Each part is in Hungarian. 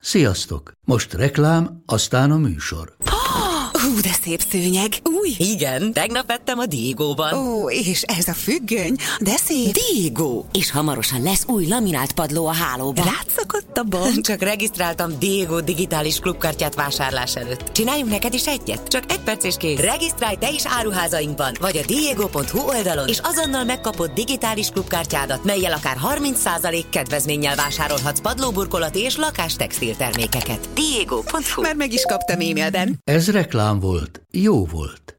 Sziasztok! Most reklám, aztán a műsor. De szép szőnyeg. Új? Igen, tegnap vettem a Diegóban. Ó, és ez a függöny, de szép. Diegó! És hamarosan lesz új laminált padló a hálóban. Rátszakadt a bank. Csak regisztráltam Diegó digitális klubkártyát vásárlás előtt. Csináljunk neked is egyet? Csak 1 perc és kész. Regisztrálj te is áruházainkban, vagy a diego.hu oldalon, és azonnal megkapod digitális klubkártyádat, mellyel akár 30% kedvezménnyel vásárolhatsz padlóburkolati és lakástextil termékeket. Diego.hu. Már meg is kaptam e-mailben. Ez reklám volt. Jó volt.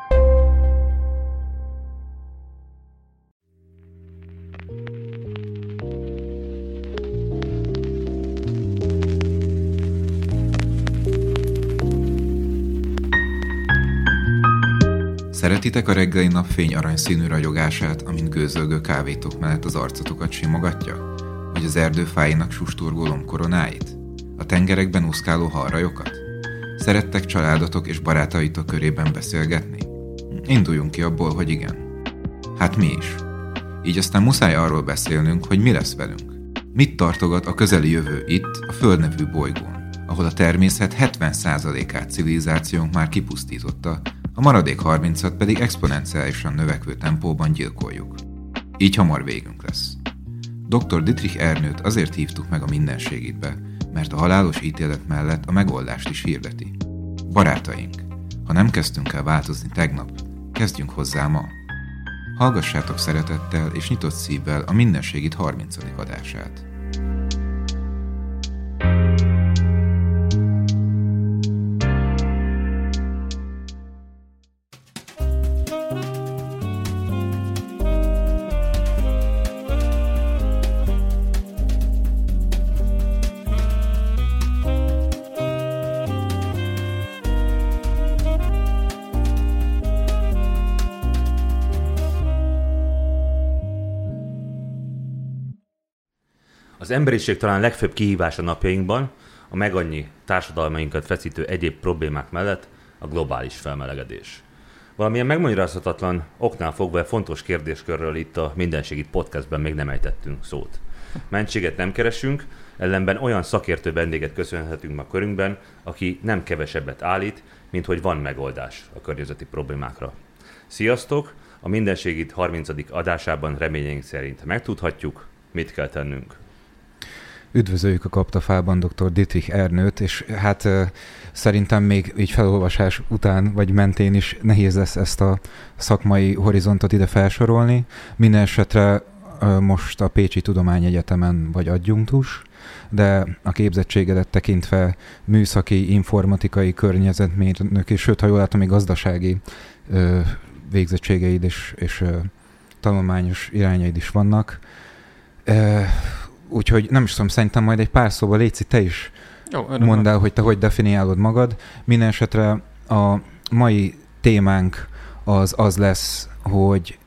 Szeretitek a reggeli napfény aranyszínű ragyogását, amint gőzölgő kávétok mellett az arcotokat simogatja? Vagy az erdőfáinak susturgó lombkoronáit? A tengerekben úszkáló halrajokat? Szerettek családotok és barátaitok körében beszélgetni? Induljunk ki abból, hogy igen. Hát mi is. Így aztán muszáj arról beszélnünk, hogy mi lesz velünk. Mit tartogat a közeli jövő itt, a Föld nevű bolygón, ahol a természet 70%-át civilizációnk már kipusztította, a maradék 30-at pedig exponenciálisan növekvő tempóban gyilkoljuk. Így hamar végünk lesz. Dr. Dietrich Ernőt azért hívtuk meg a mindenségitbe, mert a halálos ítélet mellett a megoldást is hirdeti. Barátaink, ha nem kezdtünk el változni tegnap, kezdjünk hozzá ma. Hallgassátok szeretettel és nyitott szívvel a Mindenségit 30. adását. Az emberiség talán legfőbb kihívása napjainkban a megannyi társadalmainkat feszítő egyéb problémák mellett a globális felmelegedés. Valamilyen megmagyarázhatatlan oknál fogva fontos kérdéskörről itt a Mindenségit podcastben még nem ejtettünk szót. Mentséget nem keresünk, ellenben olyan szakértő vendéget köszönhetünk ma körünkben, aki nem kevesebbet állít, mint hogy van megoldás a környezeti problémákra. Sziasztok! A Mindenségit 30. adásában reményeink szerint megtudhatjuk, mit kell tennünk. Üdvözöljük a kaptafában dr. Dietrich Ernőt, és hát szerintem még így felolvasás után vagy mentén is nehéz lesz ezt a szakmai horizontot ide felsorolni. Minden esetre most a Pécsi Tudományegyetemen vagy adjunktus, de a képzettségedet tekintve műszaki, informatikai, környezetmérnök, és sőt, ha jól látom, még gazdasági végzettségeid és tanulmányos irányaid is vannak. Úgyhogy nem is tudom, szerintem majd egy pár szóval Léci, te is mondd el, hogy te hogy definiálod magad. Minden esetre a mai témánk az lesz, hogy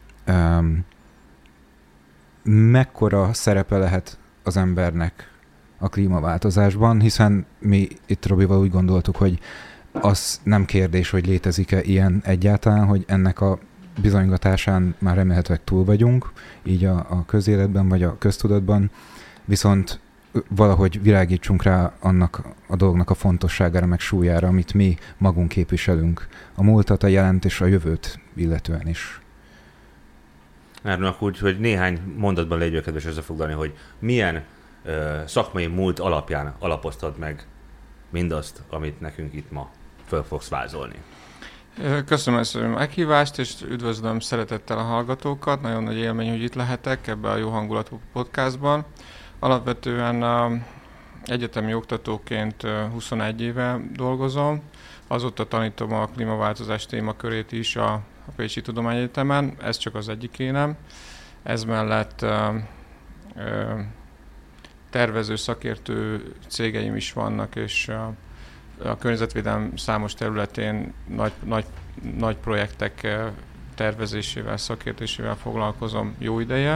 mekkora szerepe lehet az embernek a klímaváltozásban, hiszen mi itt Robival úgy gondoltuk, hogy az nem kérdés, hogy létezik-e ilyen egyáltalán, hogy ennek a bizonygatásán már remélhetőleg túl vagyunk, így a közéletben vagy a köztudatban, viszont valahogy világítsunk rá annak a dolognak a fontosságára, meg súlyára, amit mi magunk képviselünk. A múltat, a jelent és a jövőt illetően is. Erről úgy, hogy néhány mondatban légy kedves összefoglalni, hogy milyen szakmai múlt alapján alapoztad meg mindazt, amit nekünk itt ma föl fogsz vázolni. Köszönöm ezt a meghívást, és üdvözlöm szeretettel a hallgatókat. Nagyon nagy élmény, hogy itt lehetek ebben a Jó Hangulatú podcastban. Alapvetően egyetemi oktatóként 21 éve dolgozom. Azóta tanítom a klímaváltozás témakörét is a Pécsi Tudományegyetemen. Ez csak az egyik énem. Ez mellett tervező, szakértő cégeim is vannak, és a környezetvédelem számos területén nagy projektek tervezésével, szakértésével foglalkozom jó ideje.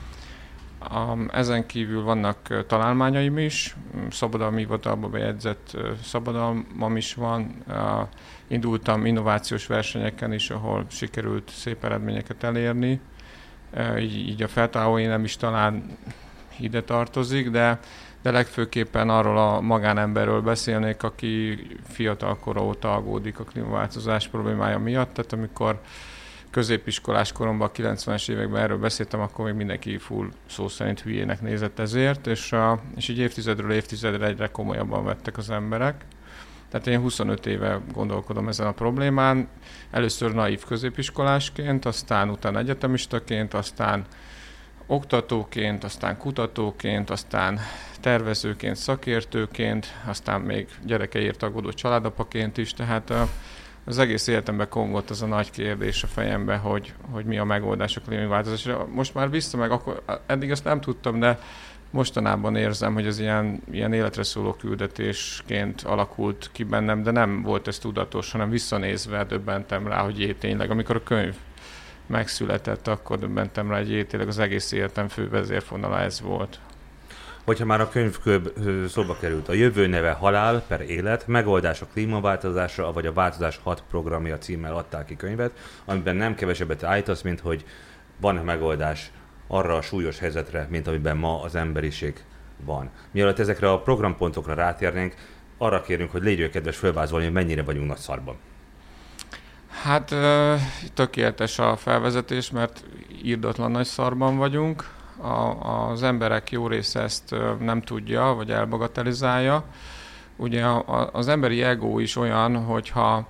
Ezen kívül vannak találmányaim is, szabadalmi hivatalba bejegyzett szabadalmam is van. Indultam innovációs versenyeken is, ahol sikerült szép eredményeket elérni. Így a feltaláló énem is talán ide tartozik, de de legfőképpen arról a magánemberről beszélnék, aki fiatal kora óta aggódik a klímaváltozás problémája miatt. Tehát amikor középiskolás koromban, a 90-es években erről beszéltem, akkor még mindenki full szó szerint hülyének nézett ezért, és így évtizedről évtizedre egyre komolyabban vettek az emberek. Tehát én 25 éve gondolkodom ezen a problémán. Először naív középiskolásként, aztán utána egyetemistaként, aztán oktatóként, aztán kutatóként, aztán tervezőként, szakértőként, aztán még gyerekeért aggódó családapaként is. Tehát az egész életemben kongott az a nagy kérdés a fejembe, hogy mi a megoldás a klímaváltozásra. Most már vissza meg, akkor eddig azt nem tudtam, de mostanában érzem, hogy ez ilyen életre szóló küldetésként alakult ki bennem, de nem volt ez tudatos, hanem visszanézve döbbentem rá, hogy tényleg, amikor a könyv megszületett, akkor döbbentem rá, hogy tényleg az egész életem fő vezérfonala ez volt. Hogyha már a könyv szóba került, a jövő neve Halál per élet, megoldás a klímaváltozásra, vagy a Változás 6 programja címmel adták ki könyvet, amiben nem kevesebbet állítasz, mint hogy van megoldás arra a súlyos helyzetre, mint amiben ma az emberiség van. Mielőtt ezekre a programpontokra rátérnénk, arra kérünk, hogy légy kedves fölvázolni, hogy mennyire vagyunk nagy szarban. Hát tökéletes a felvezetés, mert irdatlan nagy szarban vagyunk. Az emberek jó része ezt nem tudja, vagy elbagatelizálja. Ugye az emberi ego is olyan, hogyha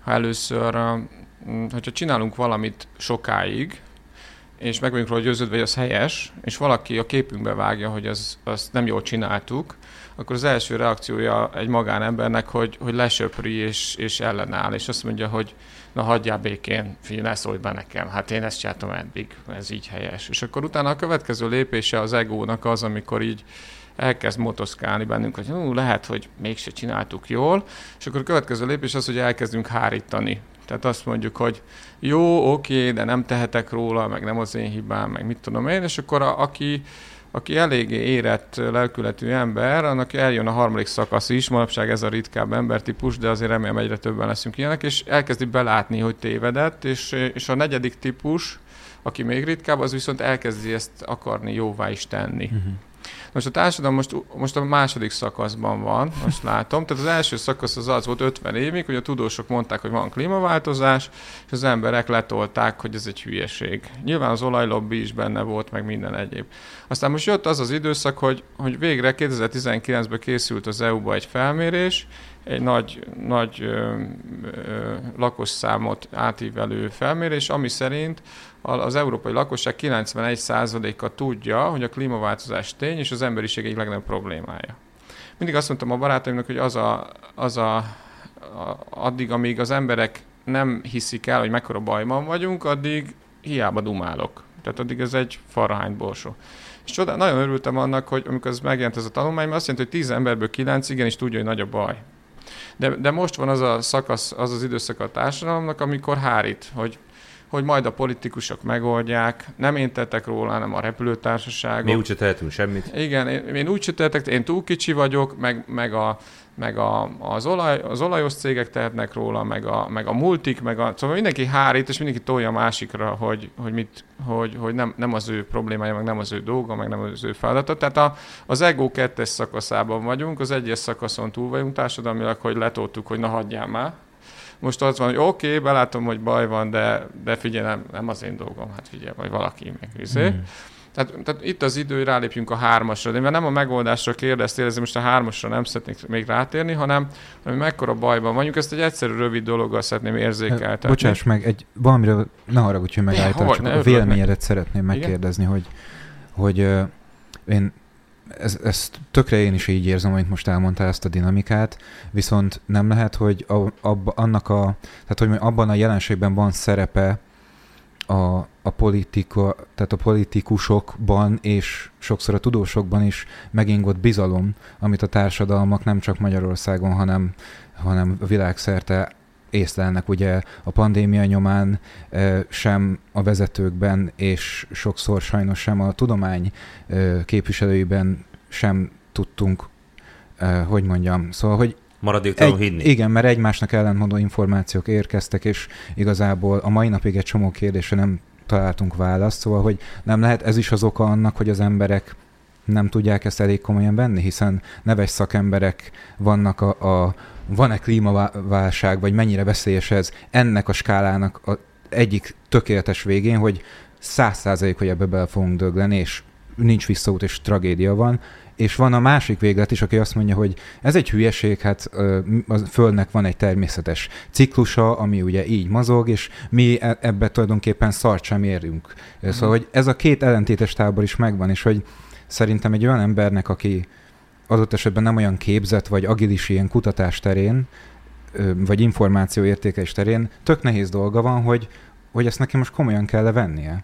csinálunk valamit sokáig, és meg vagyunk róla győződve, hogy az helyes, és valaki a képünkbe vágja, hogy azt nem jól csináltuk, akkor az első reakciója egy magánembernek, hogy lesöpri és ellenáll, és azt mondja, hogy na hagyjál békén, figyelj, ne szólj be nekem, hát én ezt csináltam eddig, ez így helyes. És akkor utána a következő lépése az egónak az, amikor így elkezd motoszkálni bennünk, hogy lehet, hogy mégse csináltuk jól, és akkor a következő lépés az, hogy elkezdünk hárítani. Tehát azt mondjuk, hogy jó, oké, de nem tehetek róla, meg nem az én hibám, meg mit tudom én, és akkor aki eléggé érett lelkületű ember, annak eljön a harmadik szakasz is, manapság ez a ritkább embertípus, de azért remélem egyre többen leszünk ilyenek, és elkezdi belátni, hogy tévedett, és a negyedik típus, aki még ritkább, az viszont elkezdi ezt akarni jóvá is tenni. Uh-huh. Most a társadalom most a második szakaszban van, most látom. Tehát az első szakasz az volt 50 évig, hogy a tudósok mondták, hogy van klímaváltozás, és az emberek letolták, hogy ez egy hülyeség. Nyilván az olajlobbi is benne volt, meg minden egyéb. Aztán most jött az időszak, hogy végre 2019-ben készült az EU-ba egy felmérés, egy nagy lakosszámot átívelő felmérés, ami szerint az európai lakosság 91%-a tudja, hogy a klímaváltozás tény, és az emberiség egyik legnagyobb problémája. Mindig azt mondtam a barátaimnak, hogy addig, amíg az emberek nem hiszik el, hogy mekkora bajban vagyunk, addig hiába dumálok. Tehát addig ez egy farrahány borsó. És nagyon örültem annak, hogy amikor ez megjelent ez a tanulmány, mert azt jelenti, hogy 10 emberből 9 igenis tudja, hogy nagy a baj. De most van az a szakasz, az időszak a társadalomnak, amikor hárít, hogy majd a politikusok megoldják, nem én tettek róla, hanem a repülőtársaságok. Mi úgyse tehetünk semmit. Igen, én úgyse tehetek, én túl kicsi vagyok, meg az olajos cégek tehetnek róla, meg a multik, szóval mindenki hárít, és mindenki tolja a másikra, hogy nem az ő problémája, meg nem az ő dolga, meg nem az ő feladata. Tehát az ego 2-es szakaszában vagyunk, az 1-es szakaszon túl vagyunk társadalmilag, hogy letoltuk, hogy na hagyjál már. Most az van, hogy oké, belátom, hogy baj van, de figyelj, nem az én dolgom, hát figyelj, vagy valaki meg. Tehát itt az idő, hogy rálépjünk a 3-asra, de nem a megoldásra kérdeztél, ezért most a 3-asra nem szeretnék még rátérni, hanem mekkora bajban vagyunk, ezt egy egyszerű, rövid dologgal szeretném érzékeltetni. Bocsáss meg, valamiről ne haragudj, hogy megállítom, csak a véleményedet szeretném megkérdezni, hogy én ezt tökre én is így érzem, amit most elmondtál, ezt a dinamikát, viszont nem lehet, hogy abban a jelenségben van szerepe a politika, tehát a politikusokban és sokszor a tudósokban is megingott bizalom, amit a társadalmak nem csak Magyarországon, hanem világszerte észlelnek. Ugye a pandémia nyomán sem a vezetőkben, és sokszor sajnos sem a tudomány képviselőiben sem tudtunk, szóval, hogy maradéktalanul hinni. Igen, mert egymásnak ellentmondó információk érkeztek, és igazából a mai napig egy csomó kérdésre nem találtunk választ, szóval, hogy nem lehet ez is az oka annak, hogy az emberek nem tudják ezt elég komolyan venni, hiszen neves szakemberek vannak van-e klímaválság, vagy mennyire veszélyes ez ennek a skálának a egyik tökéletes végén, hogy 100%, hogy ebbe bele fogunk dögleni, és nincs visszaút, és tragédia van. És van a másik véglet is, aki azt mondja, hogy ez egy hülyeség, hát a Földnek van egy természetes ciklusa, ami ugye így mozog, és mi ebbe tulajdonképpen szart sem érünk. Szóval, hogy ez a két ellentétes tábor is megvan, és hogy szerintem egy olyan embernek, aki adott esetben nem olyan képzett, vagy agilis ilyen kutatás terén, vagy információértékelés terén, tök nehéz dolga van, hogy ezt neki most komolyan kell vennie.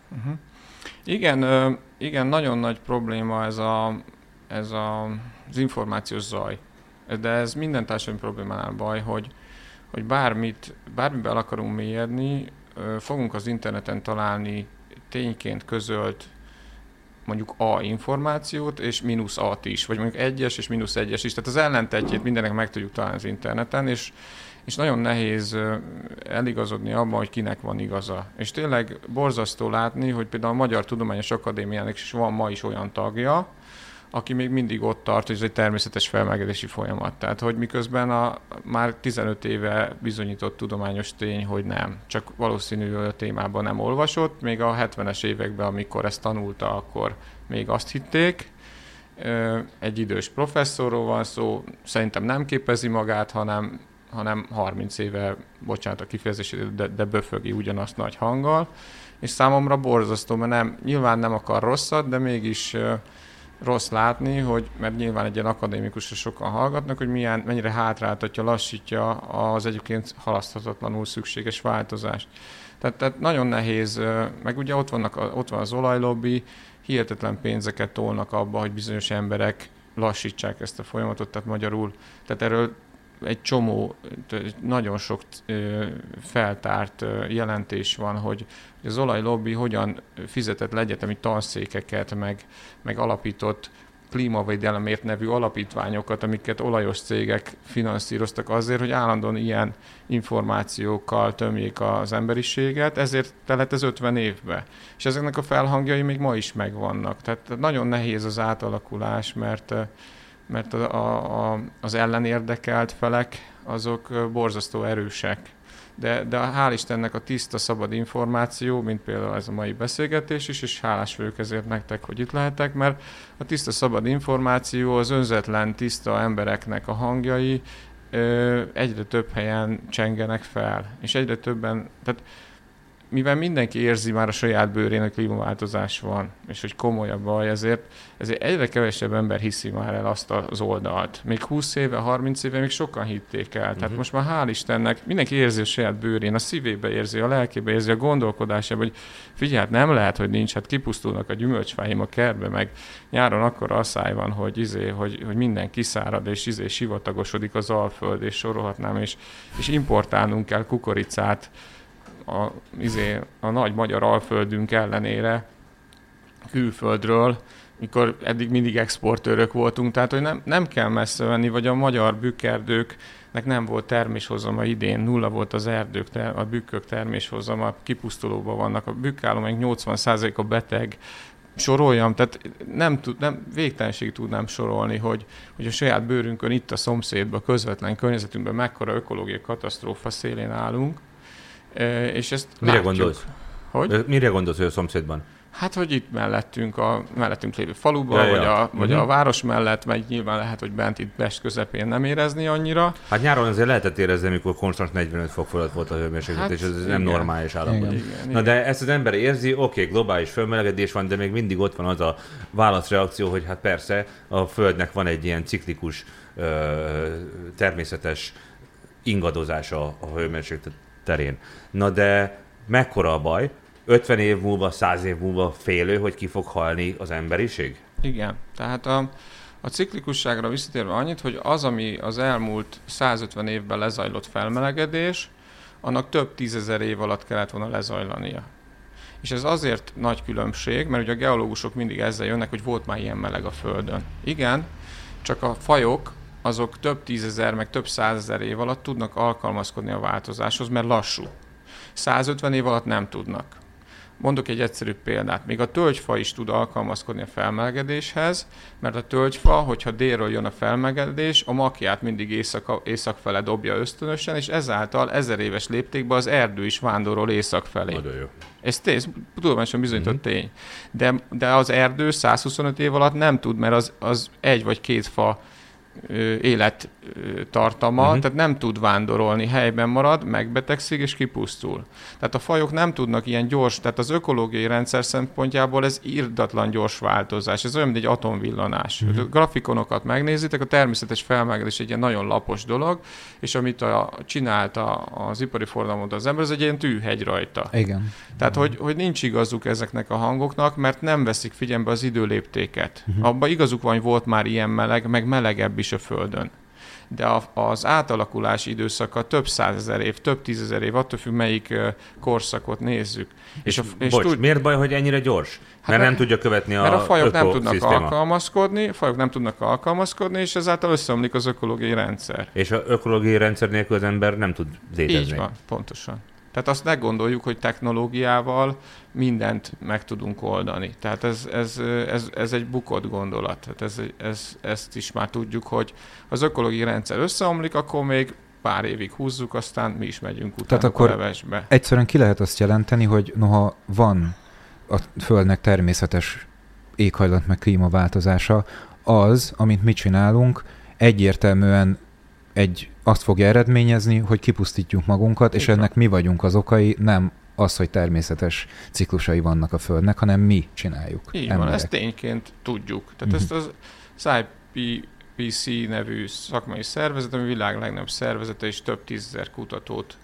Igen, nagyon nagy probléma ez az információs zaj. De ez minden társadalmi problémánál baj, hogy bármiben el akarunk mélyedni, fogunk az interneten találni tényként közölt mondjuk A információt, és mínusz A-t is, vagy mondjuk 1-es és mínusz 1-es is. Tehát az ellentetjét mindennek meg tudjuk találni az interneten, és nagyon nehéz eligazodni abban, hogy kinek van igaza. És tényleg borzasztó látni, hogy például a Magyar Tudományos Akadémiának is van ma is olyan tagja, aki még mindig ott tart, hogy ez egy természetes felmelegedési folyamat. Tehát, hogy miközben már 15 éve bizonyított tudományos tény, hogy nem. Csak valószínű, hogy a témában nem olvasott. Még a 70-es években, amikor ezt tanulta, akkor még azt hitték. Egy idős professzorról van szó, szerintem nem képezi magát, hanem 30 éve, bocsánat a kifejezését, de böfögi ugyanazt nagy hanggal. És számomra borzasztó, mert nyilván nem akar rosszat, de mégis rossz látni, mert nyilván egy ilyen akadémikusra sokan hallgatnak, hogy mennyire hátráltatja, lassítja az egyébként halaszthatatlanul szükséges változást. Tehát nagyon nehéz, meg ugye ott van az olajlobby, hihetetlen pénzeket tolnak abba, hogy bizonyos emberek lassítsák ezt a folyamatot, tehát magyarul. Tehát erről egy csomó, nagyon sok feltárt jelentés van, hogy az olajlobby hogyan fizetett le egyetemi tanszékeket, meg alapított klímavédelemért nevű alapítványokat, amiket olajos cégek finanszíroztak azért, hogy állandóan ilyen információkkal tömjék az emberiséget, ezért telett ez 50 évbe. És ezeknek a felhangjai még ma is megvannak. Tehát nagyon nehéz az átalakulás, mert az ellenérdekelt felek, azok borzasztó erősek. De hál' Istennek a tiszta, szabad információ, mint például ez a mai beszélgetés is, és hálás vagyok ezért nektek, hogy itt lehetek, mert a tiszta, szabad információ, az önzetlen, tiszta embereknek a hangjai egyre több helyen csengenek fel. És egyre többen, tehát mivel mindenki érzi már a saját bőrén, hogy klímaváltozás van, és hogy komoly a baj, ezért egyre kevesebb ember hiszi már el azt az oldalt. Még 20 éve, 30 éve még sokan hitték el. Tehát most már hál' Istennek mindenki érzi a saját bőrén, a szívébe érzi, a lelkébe érzi, a gondolkodásában, hogy figyelj, nem lehet, hogy nincs, hát kipusztulnak a gyümölcsfáim a kertbe, meg nyáron akkora asszály van, hogy minden kiszárad, és sivatagosodik az Alföld, és sorolhatnám, és importálnunk kell kukoricát a nagy magyar alföldünk ellenére külföldről, mikor eddig mindig exportőrök voltunk, tehát hogy nem kell messze venni, vagy a magyar bükkerdőknek nem volt terméshozama idén, nulla volt az erdők, a bükkök terméshozama, kipusztulóban vannak, a bükkállomány 80%-a beteg, soroljam, tehát nem végtelenség tudnám sorolni, hogy a saját bőrünkön itt a szomszédban, közvetlen környezetünkben mekkora ökológiai katasztrófa szélén állunk. És ezt mire látjuk. Gondolsz? Hogy? Mire gondolsz, hogy a szomszédban? Hát, hogy itt mellettünk lévő faluban, vagy a város mellett, meg nyilván lehet, hogy bent itt Pest közepén nem érezni annyira. Hát nyáron azért lehetett érezni, amikor konstans 45 fok fölött volt a hőmérséklet, és ez nem normális állapot. Na de ezt az ember érzi, oké, globális felmelegedés van, de még mindig ott van az a válaszreakció, hogy hát persze a Földnek van egy ilyen ciklikus, természetes ingadozása a hőmérséklet terén. Na de mekkora a baj? 50 év múlva, 100 év múlva félő, hogy ki fog halni az emberiség? Igen. Tehát a ciklikusságra visszatérve annyit, hogy az, ami az elmúlt 150 évben lezajlott felmelegedés, annak több tízezer év alatt kellett volna lezajlania. És ez azért nagy különbség, mert ugye a geológusok mindig ezzel jönnek, hogy volt már ilyen meleg a Földön. Igen, csak a fajok azok több tízezer, meg több százezer év alatt tudnak alkalmazkodni a változáshoz, mert lassú. 150 év alatt nem tudnak. Mondok egy egyszerű példát. Még a tölgyfa is tud alkalmazkodni a felmelegedéshez, mert a tölgyfa, hogyha délről jön a felmelegedés, a makját mindig észak fele dobja ösztönösen, és ezáltal 1000 éves léptékben az erdő is vándorol észak felé. Nagyon jó. Ez tudományosan bizonyított tény. De az erdő 125 év alatt nem tud, mert az egy vagy két fa élettartama, tehát nem tud vándorolni, helyben marad, megbetegszik és kipusztul. Tehát a fajok nem tudnak ilyen gyors, tehát az ökológiai rendszer szempontjából ez irdatlan gyors változás. Ez olyan, mint egy atomvillanás. A grafikonokat megnézitek, a természetes felmelegedés egy ilyen nagyon lapos dolog, és amit csinált az ipari forradalom az ember, ez egy ilyen tűhegy rajta. Igen. Tehát, hogy nincs igazuk ezeknek a hangoknak, mert nem veszik figyelembe az időléptéket. Abban igazuk van, hogy volt már ilyen meleg, meg melegebb is a Földön. De az átalakulási időszaka több 100 000 év, több 10 000 év, attól függ, melyik korszakot nézzük. Miért baj, hogy ennyire gyors? Mert nem tudja követni mert a fajok nem tudnak alkalmazkodni, és ezáltal összeomlik az ökológiai rendszer. És az ökológiai rendszer nélkül az ember nem tud létezni. Így van, pontosan. Tehát azt ne gondoljuk, hogy technológiával mindent meg tudunk oldani. Tehát ez egy bukott gondolat. Tehát ezt is már tudjuk, hogy az ökológiai rendszer összeomlik, akkor még pár évig húzzuk, aztán mi is megyünk utána. Tehát akkor levesbe. Egyszerűen ki lehet azt jelenteni, hogy noha van a Földnek természetes éghajlat meg klímaváltozása, az, amit mi csinálunk, egyértelműen azt fogja eredményezni, hogy kipusztítjuk magunkat, és ennek mi vagyunk az okai, nem az, hogy természetes ciklusai vannak a Földnek, hanem mi csináljuk. Így emberek. van, ezt tényként tudjuk. Tehát ezt az IPCC nevű szakmai szervezet, ami világ legnagyobb szervezete, és több 10 000 kutatót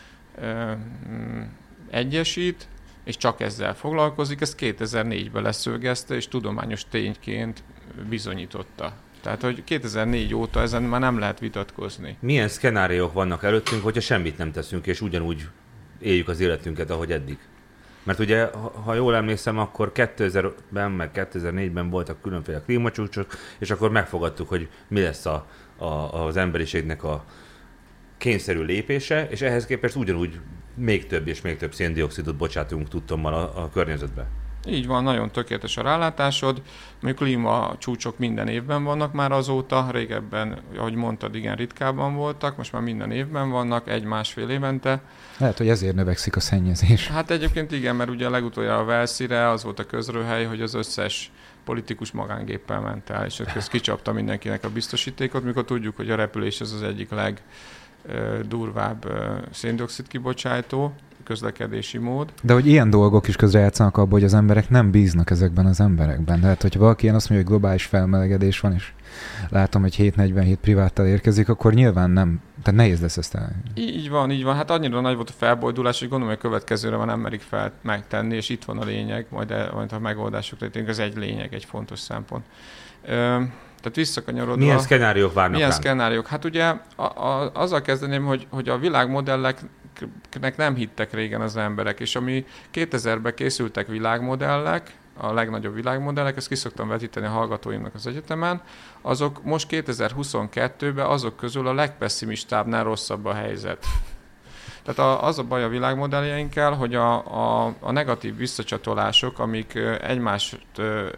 egyesít, és csak ezzel foglalkozik. Ezt 2004-ben leszögezte, és tudományos tényként bizonyította. Tehát, hogy 2004 óta ezen már nem lehet vitatkozni. Milyen szkenáriók vannak előttünk, hogyha semmit nem teszünk, és ugyanúgy éljük az életünket, ahogy eddig? Mert ugye, ha jól emlékszem, akkor 2000-ben, meg 2004-ben voltak különféle klímacsúcsok, és akkor megfogadtuk, hogy mi lesz az emberiségnek a kényszerű lépése, és ehhez képest ugyanúgy még több és még több széndioxidot bocsátunk tudtommal a környezetbe. Így van, nagyon tökéletes a rálátásod. Mondjuk klímacsúcsok minden évben vannak már azóta, régebben, ahogy mondtad, igen, ritkábban voltak, most már minden évben vannak, 1-1,5 évente. Lehet, hogy ezért növekszik a szennyezés. Hát egyébként igen, mert ugye legutoljára a Velszire az volt a közrőhely, hogy az összes politikus magángéppel ment el, és ez kicsapta mindenkinek a biztosítékot, mikor tudjuk, hogy a repülés az egyik legdurvább széndioxid kibocsátó közlekedési mód. De hogy ilyen dolgok is közrejátszanak abban, hogy az emberek nem bíznak ezekben az emberekben. Tehát, hogyha valaki ilyen azt mondja, hogy globális felmelegedés van, és látom, hogy 747 priváttal érkezik, akkor nyilván nem, tehát nehéz lesz ezt el. Így van. Hát annyira nagy volt a felbojdulás, hogy gondolom, hogy a következőre már nem merik fel megtenni, és itt van a lényeg, majd a megoldásokra tényleg ez egy lényeg, egy fontos szempont. Tehát visszakanyarodva... Milyen szkenáriók várnak Milyen ránk? szkenáriók? Hát ugye azzal kezdeném, hogy a világmodelleknek nem hittek régen az emberek, és ami 2000-ben készültek világmodellek, a legnagyobb világmodellek, ezt ki szoktam vetíteni a hallgatóimnak az egyetemen, azok most 2022-ben azok közül a legpesszimistábbnál rosszabb a helyzet. Tehát az a baj a világmodelljeinkkel, hogy a negatív visszacsatolások, amik egymást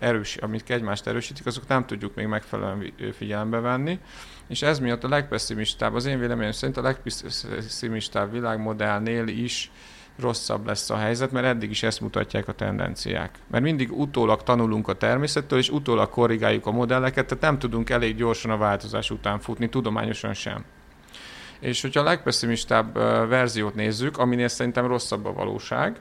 erősítik, azok nem tudjuk még megfelelően figyelembe venni, és ez miatt a legpesszimistább, az én véleményem szerint a legpesszimistább világmodellnél is rosszabb lesz a helyzet, mert eddig is ezt mutatják a tendenciák. Mert mindig utólag tanulunk a természettől, és utólag korrigáljuk a modelleket, tehát nem tudunk elég gyorsan a változás után futni, tudományosan sem. És hogyha a legpesszimistább verziót nézzük, aminél szerintem rosszabb a valóság,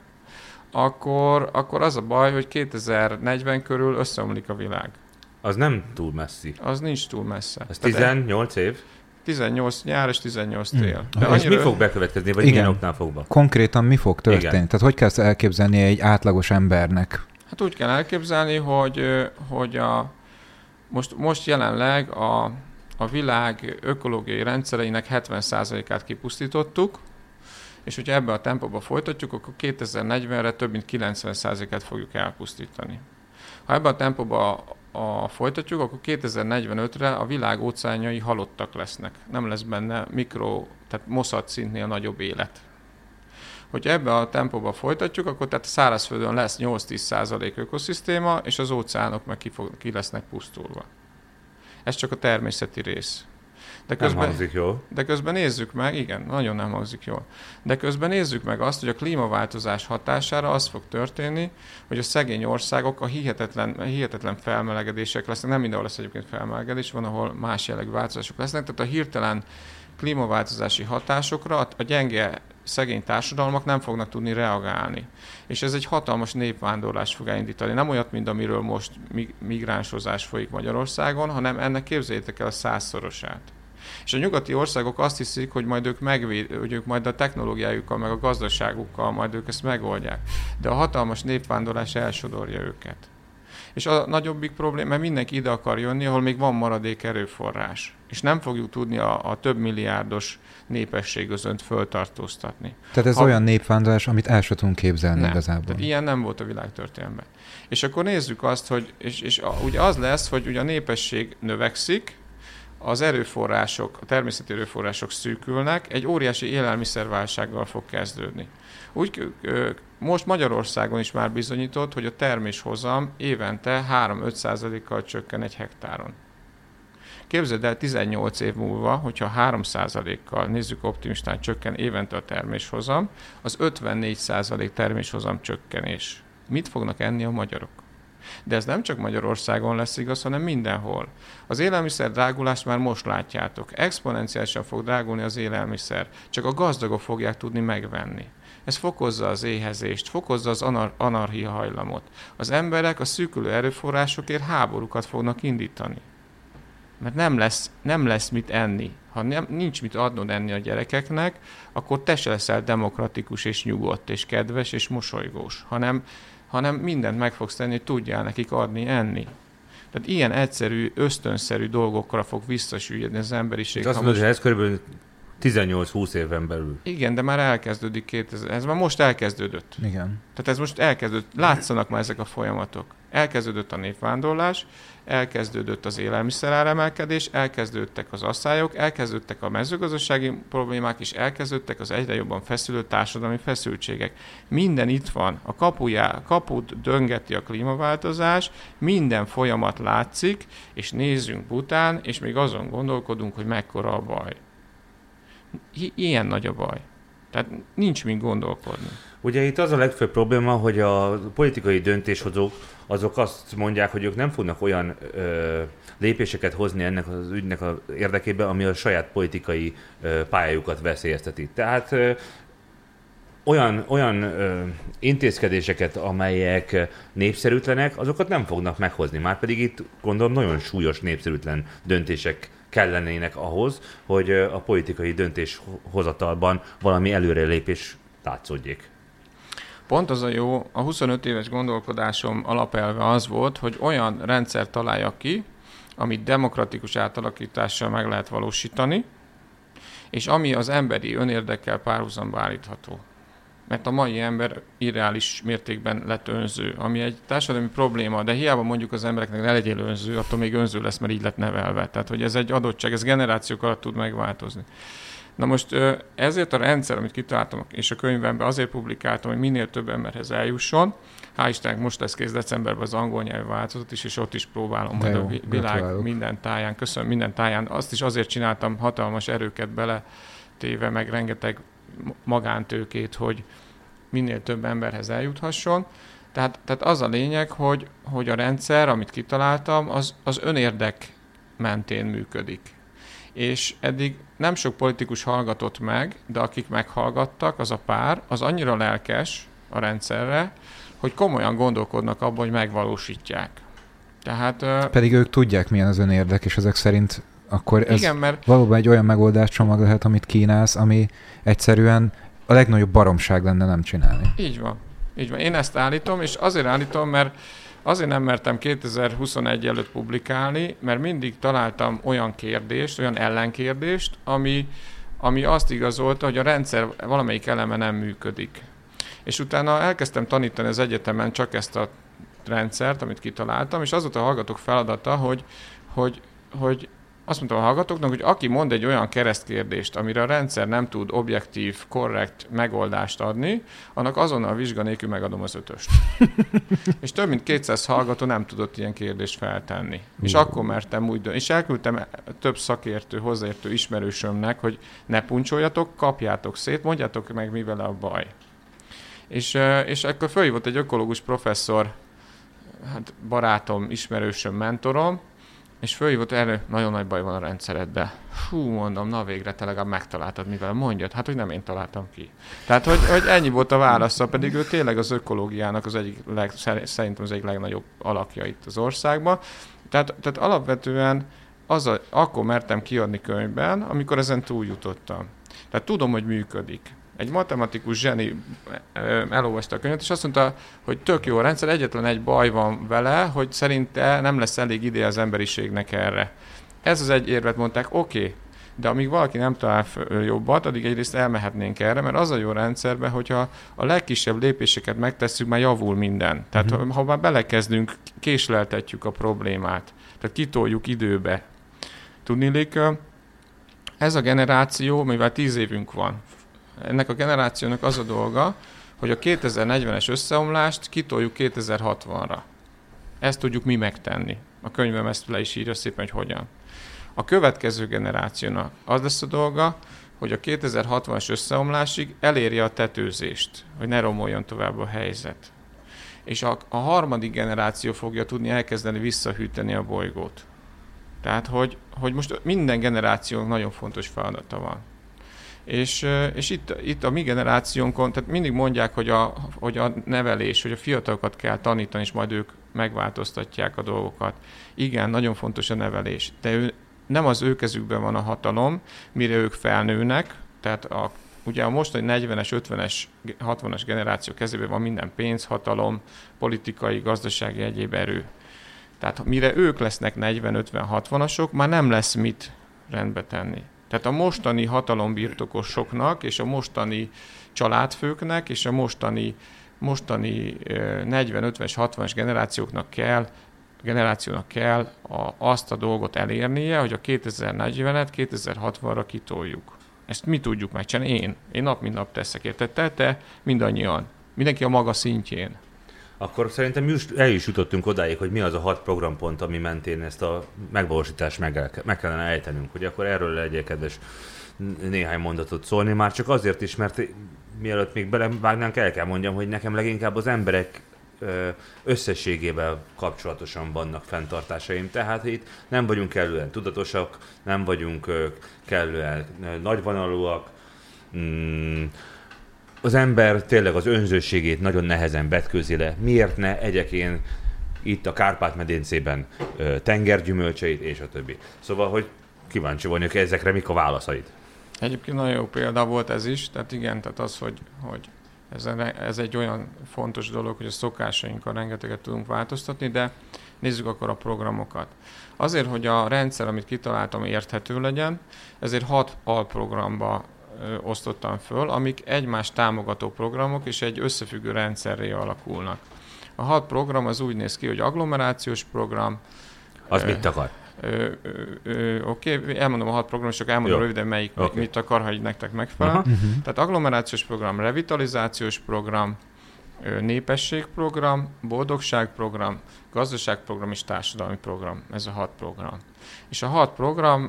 akkor az a baj, hogy 2040 körül összeomlik a világ. Az nem túl messzi. Az nincs túl messze. Ez 18 év? 18 nyár és 18 tél. És mi fog bekövetkezni, vagy milyen oknál fogva? Konkrétan mi fog történni? Igen. Tehát hogy kell ezt elképzelni egy átlagos embernek? Hát úgy kell elképzelni, hogy most jelenleg a világ ökológiai rendszereinek 70%-át kipusztítottuk, és hogyha ebben a tempóban folytatjuk, akkor 2040-re több mint 90%-át fogjuk elpusztítani. Ha ebben a tempóban folytatjuk, akkor 2045-re a világ óceánjai halottak lesznek. Nem lesz benne tehát Mossad szintnél nagyobb élet. Hogy ebbe a tempóba folytatjuk, akkor tehát a szárazföldön lesz 8-10% ökoszisztéma, és az óceánok meg ki lesznek pusztulva. Ez csak a természeti rész. Nem hangzik jól. De közben nézzük meg, igen, nagyon nem hangzik jól. De közben nézzük meg azt, hogy a klímaváltozás hatására az fog történni, hogy a szegény országok a hihetetlen felmelegedések lesznek. Nem mindenhol lesz egyébként felmelegedés, van, ahol más jellegű változások lesznek. Tehát a hirtelen klímaváltozási hatásokra a gyenge, szegény társadalmak nem fognak tudni reagálni. És ez egy hatalmas népvándorlást fog elindítani. Nem olyat, mint amiről most migránsozás folyik Magyarországon, hanem ennek képzeljétek el a 100-szorosát. És a nyugati országok azt hiszik, hogy majd ők majd a technológiájukkal, meg a gazdaságukkal majd ők ezt megoldják. De a hatalmas népvándorlás elsodorja őket. És a nagyobbik probléma, mert mindenki ide akar jönni, ahol még van maradék erőforrás. És nem fogjuk tudni a több milliárdos népesség között föltartóztatni. Tehát ez olyan népvándorlás, amit el sem tudunk képzelni igazából. Tehát ilyen nem volt a világtörténelemben. És akkor nézzük azt, hogy ugye az lesz, hogy ugye a népesség növekszik, az erőforrások, a természeti erőforrások szűkülnek, egy óriási élelmiszerválsággal fog kezdődni. Most Magyarországon is már bizonyított, hogy a terméshozam évente 3-5%-kal csökken egy hektáron. Képzeld el 18 év múlva, hogyha 3%-kal, nézzük optimistán, csökken évente a terméshozam, az 54% terméshozam csökkenés. Mit fognak enni a magyarok? De ez nem csak Magyarországon lesz igaz, hanem mindenhol. Az élelmiszer drágulást már most látjátok. Exponenciálisan fog drágulni az élelmiszer. Csak a gazdagok fogják tudni megvenni. Ez fokozza az éhezést, fokozza az anarchia hajlamot. Az emberek a szűkülő erőforrásokért háborúkat fognak indítani. Mert nem lesz mit enni. Ha nincs mit adnod enni a gyerekeknek, akkor te se leszel demokratikus és nyugodt és kedves és mosolygós, hanem mindent meg fogsz tenni, hogy tudjál nekik adni, enni. Tehát ilyen egyszerű, ösztönszerű dolgokra fog visszasüllyedni az emberiség. De azt mondod, hogy ez körülbelül 18-20 éven belül. Igen, de már elkezdődik ez már most elkezdődött. Igen. Tehát ez most elkezdődött, látszanak már ezek a folyamatok. Elkezdődött a népvándorlás, elkezdődött az élelmiszeráremelkedés, elkezdődtek az asszályok, elkezdődtek a mezőgazdasági problémák, és elkezdődtek az egyre jobban feszülő társadalmi feszültségek. Minden itt van, kaput döngeti a klímaváltozás, minden folyamat látszik, és nézzünk után, és még azon gondolkodunk, hogy mekkora a baj. Ilyen nagy a baj. Tehát nincs mit gondolkodni. Ugye itt az a legfőbb probléma, hogy a politikai döntéshozók azok azt mondják, hogy ők nem fognak olyan lépéseket hozni ennek az ügynek az érdekében, ami a saját politikai pályájukat veszélyezteti. Tehát olyan intézkedéseket, amelyek népszerűtlenek, azokat nem fognak meghozni. Márpedig itt gondolom nagyon súlyos népszerűtlen döntések kellenének ahhoz, hogy a politikai döntéshozatalban valami előrelépés látszódjék. Pont az a jó, a 25 éves gondolkodásom alapelve az volt, hogy olyan rendszer találjak ki, amit demokratikus átalakítással meg lehet valósítani, és ami az emberi önérdekkel párhuzamba állítható. Mert a mai ember irreális mértékben lett önző, ami egy társadalmi probléma, de hiába mondjuk az embereknek ne legyél önző, attól még önző lesz, mert így lett nevelve. Tehát, hogy ez egy adottság, ez generációk alatt tud megváltozni. Na most ezért a rendszer, amit kitaláltam, és a könyvemben azért publikáltam, hogy minél több emberhez eljusson. Hál' Istennek most lesz kész decemberben az angol nyelvű változat is, és ott is próbálom majd a világ minden táján, köszönöm, minden táján. Azt is azért csináltam, hatalmas erőket beletéve, meg rengeteg magántőkét, hogy minél több emberhez eljuthasson. Tehát az a lényeg, hogy a rendszer, amit kitaláltam, az önérdek mentén működik. És eddig nem sok politikus hallgatott meg, de akik meghallgattak, az a pár, az annyira lelkes a rendszerre, hogy komolyan gondolkodnak abban, hogy megvalósítják. Tehát, pedig ők tudják, milyen az önérdek, és ezek szerint akkor ez igen, mert valóban egy olyan megoldáscsomag lehet, amit kínálsz, ami egyszerűen a legnagyobb baromság lenne nem csinálni. Így van. Így van. Én ezt állítom, és azért állítom, mert azért nem mertem 2021 előtt publikálni, mert mindig találtam olyan kérdést, olyan ellenkérdést, ami azt igazolta, hogy a rendszer valamelyik eleme nem működik. És utána elkezdtem tanítani az egyetemen csak ezt a rendszert, amit kitaláltam, és az volt a hallgatók feladata, hogy azt mondtam a hallgatóknak, hogy aki mond egy olyan keresztkérdést, amire a rendszer nem tud objektív, korrekt megoldást adni, annak azonnal vizsga nélkül megadom az 5-öst. És több mint 200 hallgató nem tudott ilyen kérdést feltenni. És akkor mertem úgy és elküldtem több szakértő, hozzáértő ismerősömnek, hogy ne puncsoljatok, kapjátok szét, mondjátok meg, mi vele a baj. És akkor fölhívott egy ökológus professzor, hát barátom, ismerősöm, mentorom, és fölhívott, erre nagyon nagy baj van a rendszeredben. Hú, mondom, na végre te legalább megtaláltad, mivel mondjad. Hát, hogy nem én találtam ki. Tehát, hogy ennyi volt a válasza, pedig ő tényleg az ökológiának az egyik, szerintem az egyik legnagyobb alakja itt az országban. Tehát alapvetően akkor mertem kiadni könyvben, amikor ezen túljutottam. Tehát tudom, hogy működik. Egy matematikus zseni elolvasta a könyvet, és azt mondta, hogy tök jó a rendszer, egyetlen egy baj van vele, hogy szerinte nem lesz elég ideje az emberiségnek erre. Ez az egy érvet mondták, oké, de amíg valaki nem talál jobbat, addig egyrészt elmehetnénk erre, mert az a jó rendszerben, hogyha a legkisebb lépéseket megtesszük, már javul minden. Tehát ha már belekezdünk, késleltetjük a problémát, tehát kitoljuk időbe. Tudniillik, ez a generáció, mivel 10 évünk van, ennek a generációnak az a dolga, hogy a 2040-es összeomlást kitoljuk 2060-ra. Ezt tudjuk mi megtenni. A könyvem ezt le is írja szépen, hogy hogyan. A következő generációnak az lesz a dolga, hogy a 2060-as összeomlásig elérje a tetőzést, hogy ne romoljon tovább a helyzet. És a harmadik generáció fogja tudni elkezdeni visszahűteni a bolygót. Tehát, hogy most minden generációnak nagyon fontos feladata van. És itt a mi generációnkon, tehát mindig mondják, hogy a nevelés, hogy a fiatalokat kell tanítani, és majd ők megváltoztatják a dolgokat. Igen, nagyon fontos a nevelés, de nem az ő kezükben van a hatalom, mire ők felnőnek, tehát ugye a mostani 40-es, 50-es, 60-as generáció kezében van minden pénz, hatalom, politikai, gazdasági, egyéb erő. Tehát mire ők lesznek 40-50-60-asok, már nem lesz mit rendbe tenni. Tehát a mostani hatalombirtokosoknak és a mostani családfőknek és a mostani 40-50-es, 60-as generációnak kell azt a dolgot elérnie, hogy a 2040-et 2060-ra kitoljuk. Ezt mi tudjuk megcsinálni? Én nap mint nap teszek, érted? Te mindannyian. Mindenki a maga szintjén. Akkor szerintem el is jutottunk odáig, hogy mi az a 6 programpont, ami mentén ezt a megvalósítást meg kellene ejtenünk, hogy akkor erről legyél kedves néhány mondatot szólni, már csak azért is, mert mielőtt még belevágnánk, el kell mondjam, hogy nekem leginkább az emberek összességével kapcsolatosan vannak fenntartásaim. Tehát itt nem vagyunk kellően tudatosak, nem vagyunk kellően nagyvonalúak, az ember tényleg az önzőségét nagyon nehezen vetkőzi le. Miért ne egyek én itt a Kárpát-medencében tengergyümölcseit és a többi. Szóval, hogy kíváncsi vagyok ezekre, mik a válaszaid? Egyébként nagyon jó példa volt ez is, tehát igen, tehát az, hogy ez egy olyan fontos dolog, hogy a szokásainkkal rengeteget tudunk változtatni, de nézzük akkor a programokat. Azért, hogy a rendszer, amit kitaláltam, érthető legyen, ezért 6 alprogramba osztottam föl, amik egymást támogató programok és egy összefüggő rendszerré alakulnak. A 6 program az úgy néz ki, hogy agglomerációs program. Az mit akar? Oké, elmondom a 6 programot, csak elmondom röviden, melyik mit akar, ha így nektek megfelel. Tehát agglomerációs program, revitalizációs program, népességprogram, boldogságprogram, gazdaságprogram és társadalmi program. Ez a 6 program. És a 6 program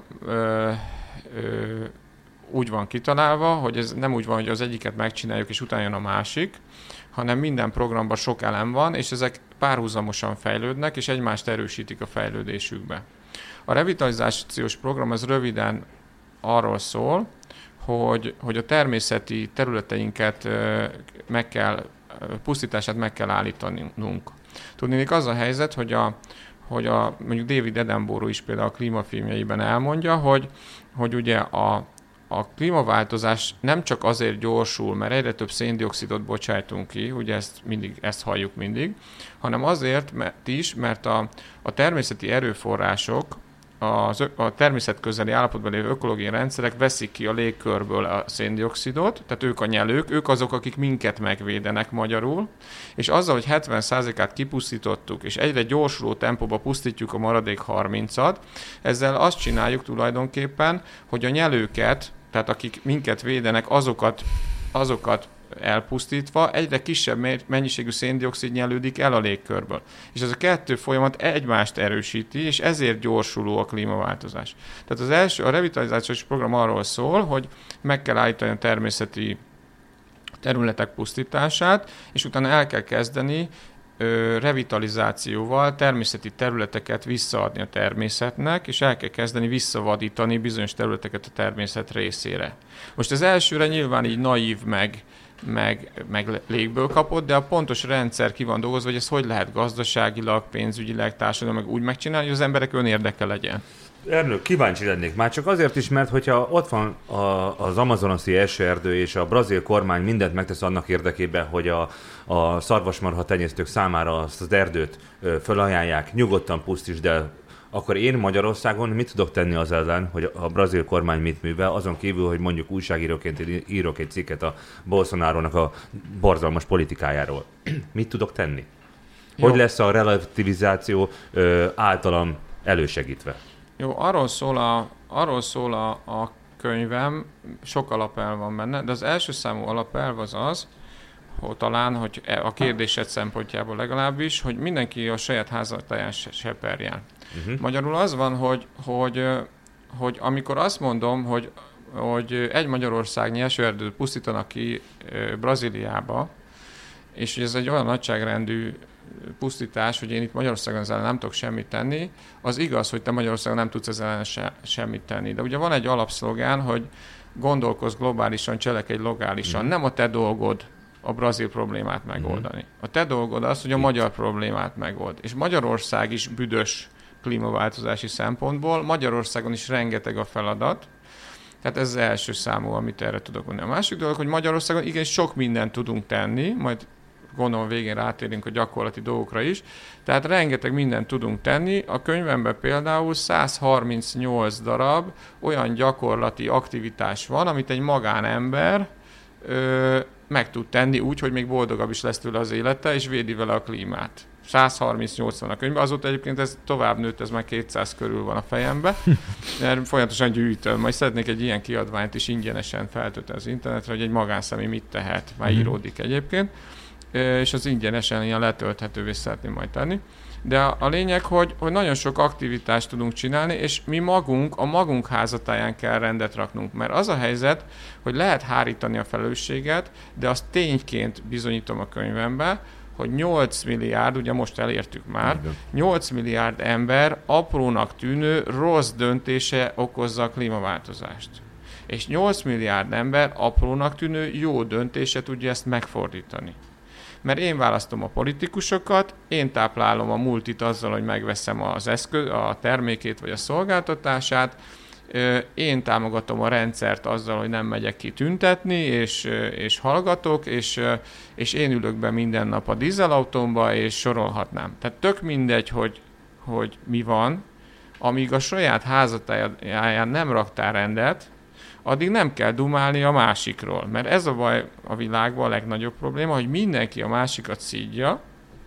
úgy van kitalálva, hogy ez nem úgy van, hogy az egyiket megcsináljuk, és utána jön a másik, hanem minden programban sok elem van, és ezek párhuzamosan fejlődnek, és egymást erősítik a fejlődésükbe. A revitalizációs program az röviden arról szól, hogy a természeti területeinket pusztítását meg kell állítanunk. Tudnék az a helyzet, hogy mondjuk David Attenborough is például a klímafilmjeiben elmondja, hogy ugye a klímaváltozás nem csak azért gyorsul, mert egyre több széndioxidot bocsájtunk ki, ugye ezt halljuk mindig, hanem azért mert a természeti erőforrások a természetközeli állapotban lévő ökológiai rendszerek veszik ki a légkörből a széndioxidot, tehát ők a nyelők, ők azok, akik minket megvédenek magyarul, és azzal, hogy 70%-át kipusztítottuk, és egyre gyorsuló tempóba pusztítjuk a maradék 30-at, ezzel azt csináljuk tulajdonképpen, hogy a nyelőket, tehát akik minket védenek, azokat elpusztítva egyre kisebb mennyiségű széndioxid nyelődik el a légkörből. És ez a kettő folyamat egymást erősíti, és ezért gyorsuló a klímaváltozás. Tehát az első, a revitalizációs program arról szól, hogy meg kell állítani a természeti területek pusztítását, és utána el kell kezdeni revitalizációval természeti területeket visszaadni a természetnek, és el kell kezdeni visszavadítani bizonyos területeket a természet részére. Most az elsőre nyilván így naív meg légből kapott, de a pontos rendszer ki van dolgozva, hogy ez hogy lehet gazdaságilag, pénzügyileg, társadalmilag meg úgy megcsinálni, hogy az emberek önérdeke legyen. Ernő, kíváncsi lennék már csak azért is, mert hogyha ott van az amazonasi esőerdő, és a brazil kormány mindent megtesz annak érdekében, hogy a szarvasmarha tenyésztők számára azt az erdőt felajánlják, nyugodtan pusztítsd el, akkor én Magyarországon mit tudok tenni az ellen, hogy a brazil kormány mit művel, azon kívül, hogy mondjuk újságíróként írok egy cikket a Bolsonarónak a borzalmas politikájáról. Mit tudok tenni? Hogy lesz a relativizáció általam elősegítve? Jó, arról szól a könyvem, sok alapelv van benne, de az első számú alapelv az, hogy talán, hogy a kérdésed szempontjából legalábbis, hogy mindenki a saját házatáján seperjen. Magyarul az van, hogy amikor azt mondom, hogy egy magyarországnyi esőerdőt pusztítanak ki Brazíliába, és hogy ez egy olyan nagyságrendű pusztítás, hogy én itt Magyarországon ezzel nem tudok semmit tenni, az igaz, hogy te Magyarországon nem tudsz ezzel semmit tenni. De ugye van egy alapszlogán, hogy gondolkozz globálisan, cselekedj lokálisan. Nem a te dolgod a brazil problémát megoldani. A te dolgod az, hogy a magyar problémát megold. És Magyarország is büdös klímaváltozási szempontból. Magyarországon is rengeteg a feladat. Tehát ez az első számú, amit erre tudok mondani. A másik dolog, hogy Magyarországon igenis sok mindent tudunk tenni, majd gondolom végén rátérünk a gyakorlati dolgokra is. Tehát rengeteg mindent tudunk tenni. A könyvemben például 138 darab olyan gyakorlati aktivitás van, amit egy magánember meg tud tenni úgy, hogy még boldogabb is lesz tőle az élete, és védi vele a klímát. 138 van a könyvben, azóta egyébként ez tovább nőtt, ez már 200 körül van a fejemben, mert folyamatosan gyűjtöm. Majd szeretnék egy ilyen kiadványt is ingyenesen feltölteni az internetre, hogy egy magánszemély mit tehet, már íródik egyébként, és az ingyenesen ilyen letölthetővé szeretném majd tenni. De a lényeg, hogy nagyon sok aktivitást tudunk csinálni, és mi magunk, a magunk házatáján kell rendet raknunk. Mert az a helyzet, hogy lehet hárítani a felelősséget, de azt tényként bizonyítom a könyvemben, hogy 8 milliárd, ugye most elértük már, 8 milliárd ember aprónak tűnő rossz döntése okozza a klímaváltozást. És 8 milliárd ember aprónak tűnő jó döntése tudja ezt megfordítani. Mert én választom a politikusokat, én táplálom a multit azzal, hogy megveszem a termékét vagy a szolgáltatását, én támogatom a rendszert azzal, hogy nem megyek ki tüntetni, és hallgatok, és én ülök be minden nap a dízelautómba, és sorolhatnám. Tehát tök mindegy, hogy mi van, amíg a saját házatáján nem raktál rendet, addig nem kell dumálni a másikról. Mert ez a baj a világban a legnagyobb probléma, hogy mindenki a másikat szídja,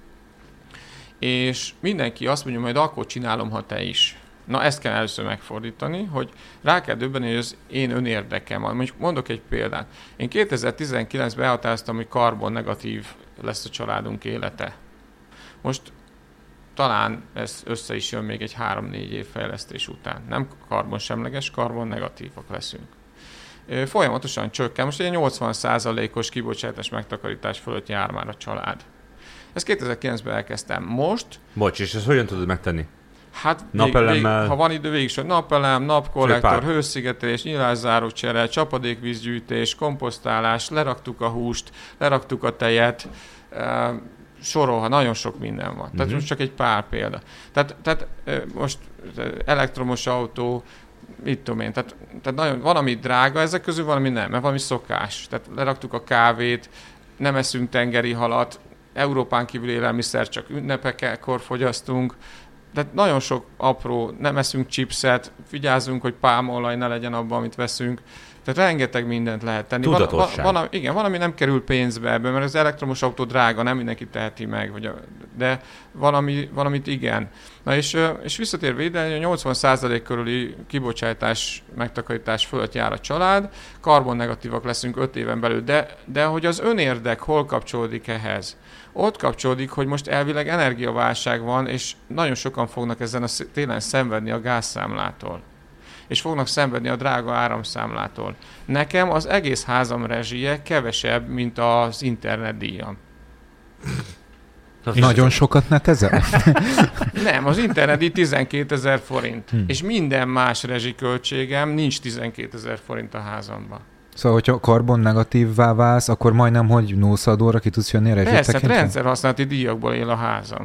és mindenki azt mondja, majd akkor csinálom, ha te is. Na, ezt kell először megfordítani, hogy rá kell döbbenni, hogy az én önérdekem. Mondjuk mondok egy példát. Én 2019-ben elhatároztam, hogy karbonnegatív lesz a családunk élete. Most talán ez össze is jön még egy 3-4 év fejlesztés után. Nem karbonsemleges, karbonnegatívak leszünk. Folyamatosan csökken. Most egy 80%-os kibocsátás megtakarítás fölött jár már a család. Ezt 2009-ben elkezdtem. Most... Bocs, és ezt hogyan tudod megtenni? Hát napelemmel... ha van idő, végig napelem, napkollektor, hőszigetelés, nyilászárócsere, csapadékvízgyűjtés, komposztálás, leraktuk a húst, leraktuk a tejet, sorolva, nagyon sok minden van. Tehát most csak egy pár példa. Tehát most elektromos autó, mit tudom én, tehát nagyon, van, ami drága ezek közül, van, ami nem, mert valami szokás. Tehát leraktuk a kávét, nem eszünk tengeri halat, Európán kívül élelmiszer csak ünnepekkor fogyasztunk, Tehát nagyon sok apró, nem eszünk chipset, vigyázzunk, hogy pálmaolaj ne legyen abban, amit veszünk. Tehát rengeteg mindent lehet tenni. Tudatosság. Van, ami nem kerül pénzbe ebből, mert az elektromos autó drága, nem mindenki teheti meg, de valamit igen. Na és visszatérve ide, a 80% körüli kibocsátás, megtakarítás fölött jár a család, karbonnegatívak leszünk 5 éven belül, de hogy az önérdek hol kapcsolódik ehhez? Ott kapcsolódik, hogy most elvileg energiaválság van, és nagyon sokan fognak ezen a télen szenvedni a gázszámlától. És fognak szenvedni a drága áramszámlától. Nekem az egész házam rezsie kevesebb, mint az internetdíjam. Nagyon sokat netezel? Nem, az internetdíj 12 000 forint. És minden más rezsiköltségem nincs 12 000 forint a házamban. Szóval, hogyha karbonnegatívvá válsz, akkor majdnem, hogy nullszadóra ki tudsz jönni a rezsit Persze, tekintve? rendszerhasználati díjakból él a házam.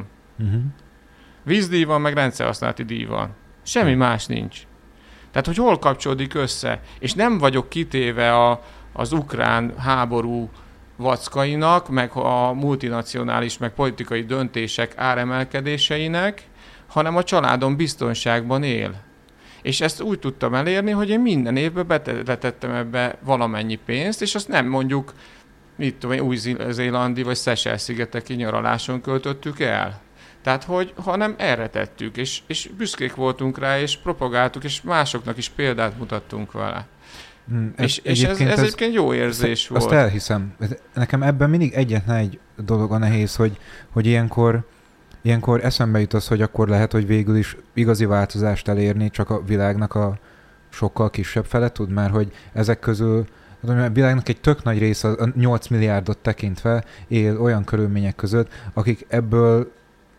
Vízdíj van, meg rendszerhasználati díj van. Semmi más nincs. Tehát, hogy hol kapcsolódik össze. És nem vagyok kitéve az ukrán háború vackainak, meg a multinacionális, meg politikai döntések áremelkedéseinek, hanem a családom biztonságban él. És ezt úgy tudtam elérni, hogy én minden évben betettem ebbe valamennyi pénzt, és azt nem mondjuk, mit tudom én, új-zélandi vagy Seychelles-szigeteki nyaraláson költöttük el. Tehát, hanem erre tettük, és büszkék voltunk rá, és propagáltuk, és másoknak is példát mutattunk vele. És ez egyébként jó érzés volt. Azt elhiszem. Nekem ebben mindig egyetlen egy dolog a nehéz, hogy ilyenkor eszembe jut az, hogy akkor lehet, hogy végül is igazi változást elérni csak a világnak a sokkal kisebb fele tud, mert hogy ezek közül a világnak egy tök nagy része, 8 milliárdot tekintve él olyan körülmények között, akik ebből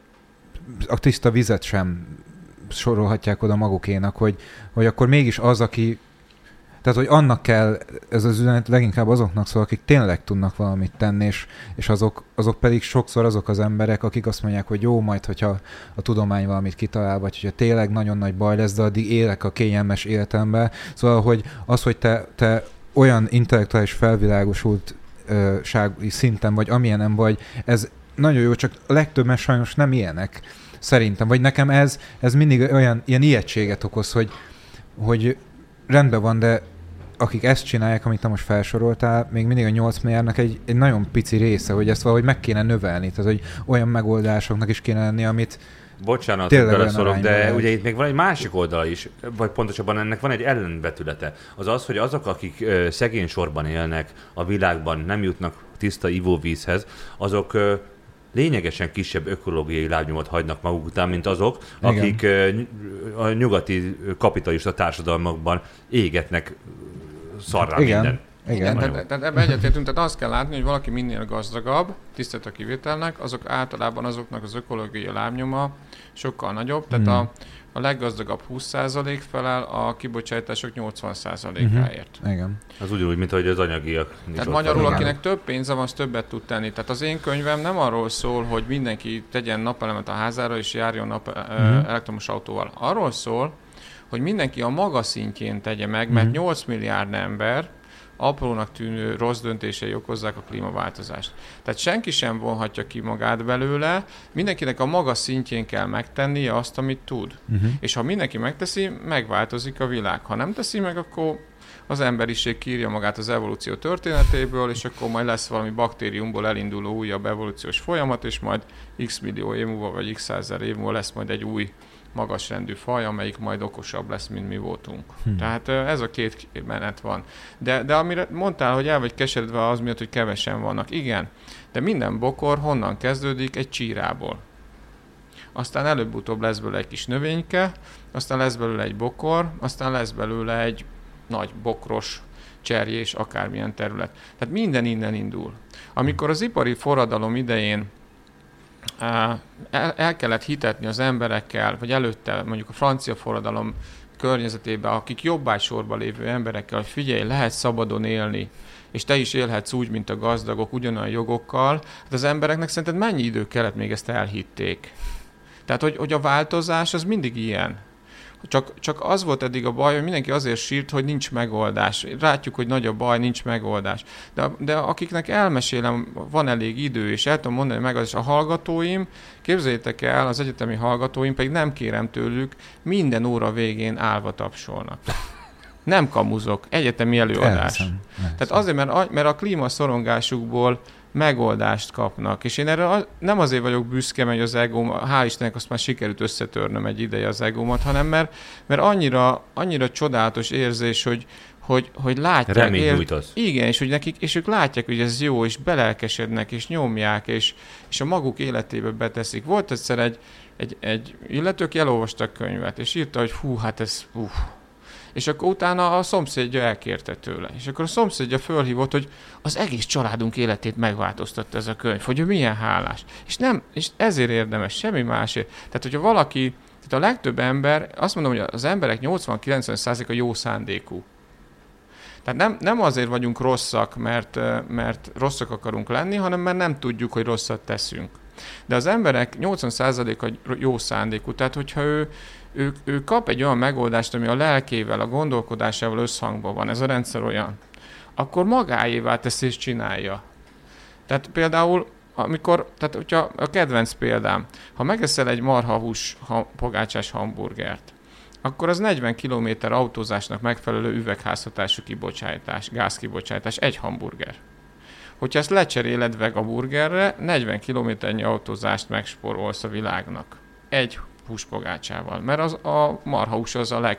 a tiszta vizet sem sorolhatják oda magukénak, hogy akkor mégis az, aki... Tehát, hogy annak kell, ez az üzenet leginkább azoknak szól, akik tényleg tudnak valamit tenni, és azok pedig sokszor azok az emberek, akik azt mondják, hogy jó, majd, hogyha a tudomány valamit kitalál, vagy hogyha tényleg nagyon nagy baj lesz, de addig élek a kényelmes életembe. Szóval, hogy az, hogy te olyan intellektuális felvilágosultsági szinten vagy, amilyenem vagy, ez nagyon jó, csak a legtöbben sajnos nem ilyenek, szerintem. Vagy nekem ez mindig ilyen ijegységet okoz, hogy rendben van, de akik ezt csinálják, amit te most felsoroltál, még mindig a 8 milliárdnak egy nagyon pici része, hogy ezt valahogy meg kéne növelni. Tehát, hogy olyan megoldásoknak is kéne lenni, amit bocsánat, hogy beleszólok, de ugye itt még van egy másik oldala is, vagy pontosabban ennek van egy ellenvetülete. Az, hogy azok, akik szegény sorban élnek a világban, nem jutnak tiszta ivóvízhez, azok lényegesen kisebb ökológiai lábnyomot hagynak maguk után, mint azok, igen, akik a nyugati kapitalista társadalmakban égetnek szarrá minden. Igen, tehát ebben egyetértünk, tehát azt kell látni, hogy valaki minél gazdagabb, tisztelt a kivételnek, azok általában azoknak az ökológiai lábnyoma sokkal nagyobb, tehát a leggazdagabb 20% felel a kibocsátások 80%-áért. Igen. Az ugyanúgy, mint ahogy az anyagiak. Tehát magyarul, akinek több pénze van, az többet tud tenni. Tehát az én könyvem nem arról szól, hogy mindenki tegyen napelemet a házára és járjon elektromos autóval. Arról szól, hogy mindenki a maga szintjén tegye meg, mert 8 milliárd ember aprónak tűnő rossz döntései okozzák a klímaváltozást. Tehát senki sem vonhatja ki magát belőle, mindenkinek a maga szintjén kell megtennie azt, amit tud. És ha mindenki megteszi, megváltozik a világ. Ha nem teszi meg, akkor az emberiség kiírja magát az evolúció történetéből, és akkor majd lesz valami baktériumból elinduló újabb evolúciós folyamat, és majd x millió év múlva, vagy x százezer év múlva lesz majd egy új magasrendű faj, amelyik majd okosabb lesz, mint mi voltunk. Tehát ez a két menet van. De amire mondtál, hogy el vagy keseredve az miatt, hogy kevesen vannak. Igen, de minden bokor honnan kezdődik? Egy csírából. Aztán előbb-utóbb lesz belőle egy kis növényke, aztán lesz belőle egy bokor, aztán lesz belőle egy nagy bokros cserjés, akármilyen terület. Tehát minden innen indul. Amikor az ipari forradalom idején el kellett hitetni az emberekkel, vagy előtte mondjuk a francia forradalom környezetében, akik jobbágysorba lévő emberekkel, hogy figyelj, lehet szabadon élni, és te is élhetsz úgy, mint a gazdagok, ugyanolyan jogokkal, hát az embereknek szerinted mennyi idő kellett, még ezt elhitték? Tehát, hogy a változás az mindig ilyen. Csak az volt eddig a baj, hogy mindenki azért sírt, hogy nincs megoldás. Látjuk, hogy nagy a baj, nincs megoldás. De akiknek elmesélem, van elég idő, és el tudom mondani megoldás, a hallgatóim, képzeljétek el, az egyetemi hallgatóim, pedig nem kérem tőlük, minden óra végén állva tapsolnak. Nem kamuzok, egyetemi előadás. Tehát azért, mert a klímaszorongásukból megoldást kapnak. És én erre nem azért vagyok büszke, mert az egóm, hál' Istennek azt már sikerült összetörnöm egy ideje az egómat, hanem mert annyira csodálatos érzés, hogy látják. Reményt nyújtasz. Igen, és ők látják, hogy ez jó, és belelkesednek, és nyomják, és a maguk életébe beteszik. Volt egyszer egy illető, aki elolvasta a könyvet, és írta, hogy és akkor utána a szomszédja elkérte tőle. És akkor a szomszédja fölhívott, hogy az egész családunk életét megváltoztatta ez a könyv, hogy ő milyen hálás. És ezért érdemes, semmi másért. Tehát, hogyha valaki, tehát a legtöbb ember, azt mondom, hogy az emberek 80-90%-a jó szándékú. Tehát nem azért vagyunk rosszak, mert rosszak akarunk lenni, hanem mert nem tudjuk, hogy rosszat teszünk. De az emberek 80%-a jó szándékú. Tehát, hogyha ő kap egy olyan megoldást, ami a lelkével, a gondolkodásával összhangban van, ez a rendszer akkor magáévá teszi és csinálja. Tehát például, hogyha a kedvenc példám, ha megeszel egy marhahús pogácsás hamburgert, akkor az 40 km autózásnak megfelelő üvegházhatású gázkibocsátás, egy hamburger. Hogyha ezt lecseréled vegaburgerre, 40 kilométernyi autózást megspórolsz a világnak. Egy húspogácsával, mert a marhahús az a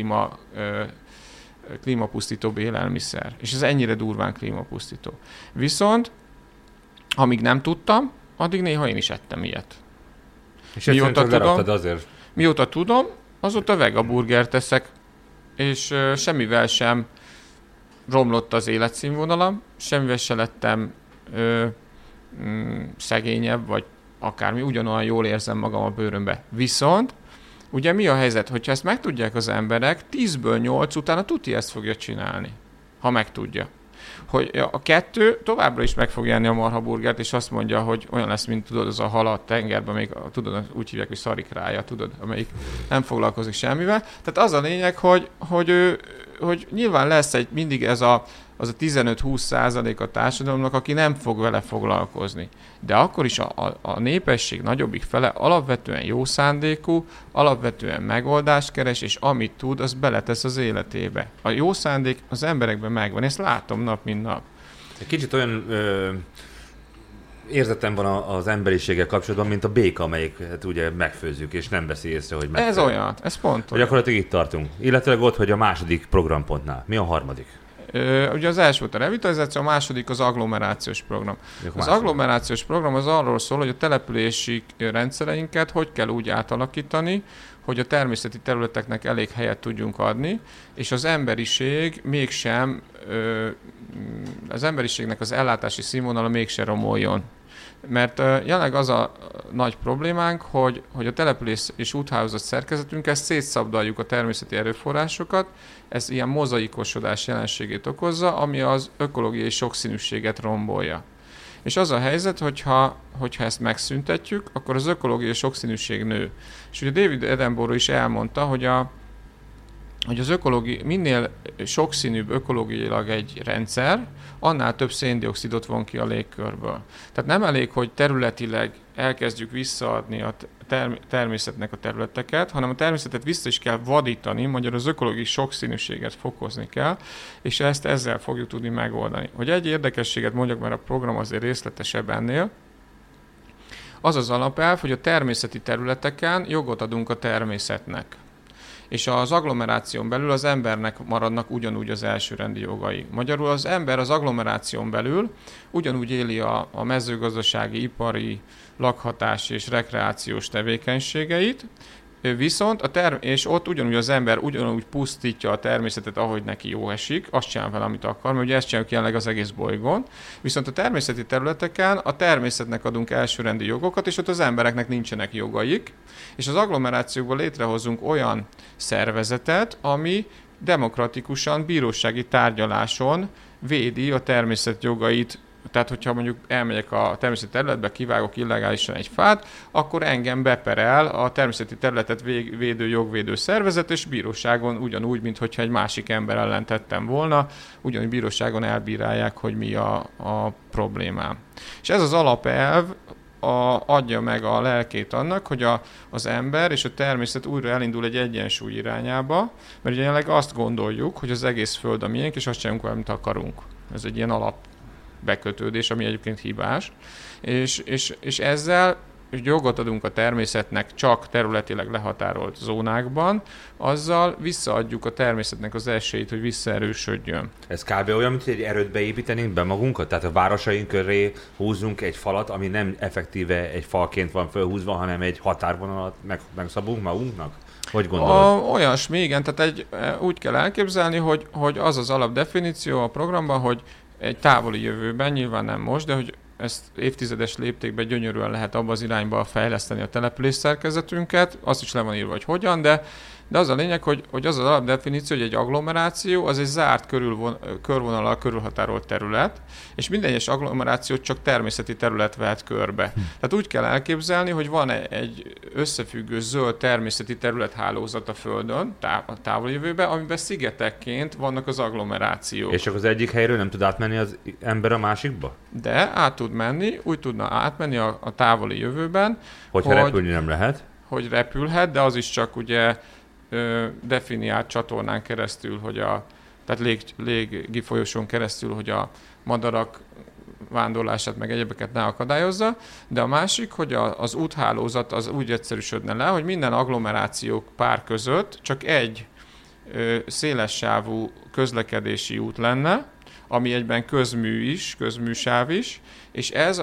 klímapusztítóbb élelmiszer, és ez ennyire durván klímapusztító. Viszont, amíg nem tudtam, addig néha én is ettem ilyet. És mióta tudom, azóta vegaburgert eszek, és semmivel sem romlott az életszínvonalam, semmivel se lettem szegényebb, vagy akármi, ugyanolyan jól érzem magam a bőrömbe. Viszont, ugye mi a helyzet? Hogyha ezt megtudják az emberek, 10-ből 8 utána tuti ezt fogja csinálni, ha megtudja. Hogy a 2 továbbra is meg fogja enni a marhaburgert, és azt mondja, hogy olyan lesz, mint tudod, az a hal a tengerben, még tudod, úgy hívják, hogy szarikrája, tudod, amelyik nem foglalkozik semmivel. Tehát az a lényeg, hogy nyilván lesz mindig az a 15-20% a társadalomnak, aki nem fog vele foglalkozni. De akkor is a népesség nagyobbik fele alapvetően jó szándékú, alapvetően megoldást keres, és amit tud, az beletesz az életébe. A jó szándék az emberekben megvan, ezt látom nap, mint nap. Egy kicsit olyan érzetem van az emberiséggel kapcsolatban, mint a béka, amelyiket ugye megfőzzük, és nem veszi észre, hogy megfőzzük. Ez olyan, ez pont olyan. Gyakorlatilag itt tartunk. Illetőleg ott, hogy a második programpontnál. Mi a harmadik? Ugye az első volt a revitalizáció, a második az agglomerációs program. Az agglomerációs program az arról szól, hogy a települési rendszereinket hogy kell úgy átalakítani, hogy a természeti területeknek elég helyet tudjunk adni, és az emberiség mégsem, az emberiségnek az ellátási színvonala mégsem romoljon. Mert jelenleg az a nagy problémánk, hogy a település és úthálózat szerkezetünkkel szétszabdaljuk a természeti erőforrásokat, ez ilyen mozaikosodás jelenségét okozza, ami az ökológiai sokszínűséget rombolja. És az a helyzet, hogyha ezt megszüntetjük, akkor az ökológiai sokszínűség nő. És ugye David Attenborough is elmondta, hogy az minél sokszínűbb ökológiailag egy rendszer, annál több széndioxidot von ki a légkörből. Tehát nem elég, hogy területileg elkezdjük visszaadni a természetnek a területeket, hanem a természetet vissza is kell vadítani, magyarul az ökológiai sokszínűséget fokozni kell, és ezt ezzel fogjuk tudni megoldani. Hogy egy érdekességet mondjak, mert a program azért részletesebb ennél, az az alapelv, hogy a természeti területeken jogot adunk a természetnek. És az agglomeráción belül az embernek maradnak ugyanúgy az elsőrendi jogai. Magyarul az ember az agglomeráción belül ugyanúgy éli a mezőgazdasági, ipari, lakhatási és rekreációs tevékenységeit, viszont és ott ugyanúgy az ember ugyanúgy pusztítja a természetet, ahogy neki jó esik, azt csinál vele, amit akar, mert ugye ezt csináljuk jelenleg az egész bolygón, viszont a természeti területeken a természetnek adunk elsőrendi jogokat, és ott az embereknek nincsenek jogaik, és az agglomerációkban létrehozunk olyan szervezetet, ami demokratikusan bírósági tárgyaláson védi a természet jogait tehát hogyha mondjuk elmegyek a természeti területbe, kivágok illegálisan egy fát, akkor engem beperel a természeti területet védő jogvédő szervezet, és bíróságon ugyanúgy, mint hogyha egy másik ember ellen tettem volna, ugyanúgy bíróságon elbírálják, hogy mi a problémám. És ez az alapelv adja meg a lelkét annak, hogy az ember és a természet újra elindul egy egyensúly irányába, mert jelenleg azt gondoljuk, hogy az egész Föld a miénk, és azt csinálunk, amit akarunk. Ez egy ilyen alapbekötődés, ami egyébként hibás. És ezzel jogot adunk a természetnek csak területileg lehatárolt zónákban, azzal visszaadjuk a természetnek az esélyt, hogy visszaerősödjön. Ez kb. Olyan, mint egy erőt beépítenénk be magunkat? Tehát a városaink köré húzzunk egy falat, ami nem effektíve egy falként van fölhúzva, hanem egy határvonalat megszabunk magunknak? Hogy gondolod? Olyasmi, igen, tehát úgy kell elképzelni, hogy az az alapdefiníció a programban, hogy egy távoli jövőben, nyilván nem most, de hogy ezt évtizedes léptékben gyönyörűen lehet abba az irányba fejleszteni a település szerkezetünket, azt is le van írva, hogy hogyan, de az a lényeg, hogy az az alapdefiníció, hogy egy agglomeráció az egy zárt körvonallal körülhatárolt terület, és minden egyes agglomerációt csak természeti terület vehet körbe. Tehát úgy kell elképzelni, hogy van egy összefüggő zöld természeti területhálózat a Földön, a távoli jövőben, amiben szigetekként vannak az agglomerációk. És csak az egyik helyről nem tud átmenni az ember a másikba? De át tud menni, úgy tudna átmenni a távoli jövőben, Hogyha repülni nem lehet? Hogy repülhet, de az is csak ugye definiált csatornán keresztül, tehát légi folyosón keresztül, hogy a madarak vándorlását meg egyebeket ne akadályozza, de a másik, hogy az úthálózat az úgy egyszerűsödne le, hogy minden agglomerációk pár között csak egy szélessávú közlekedési út lenne, ami egyben közműsáv is, és ez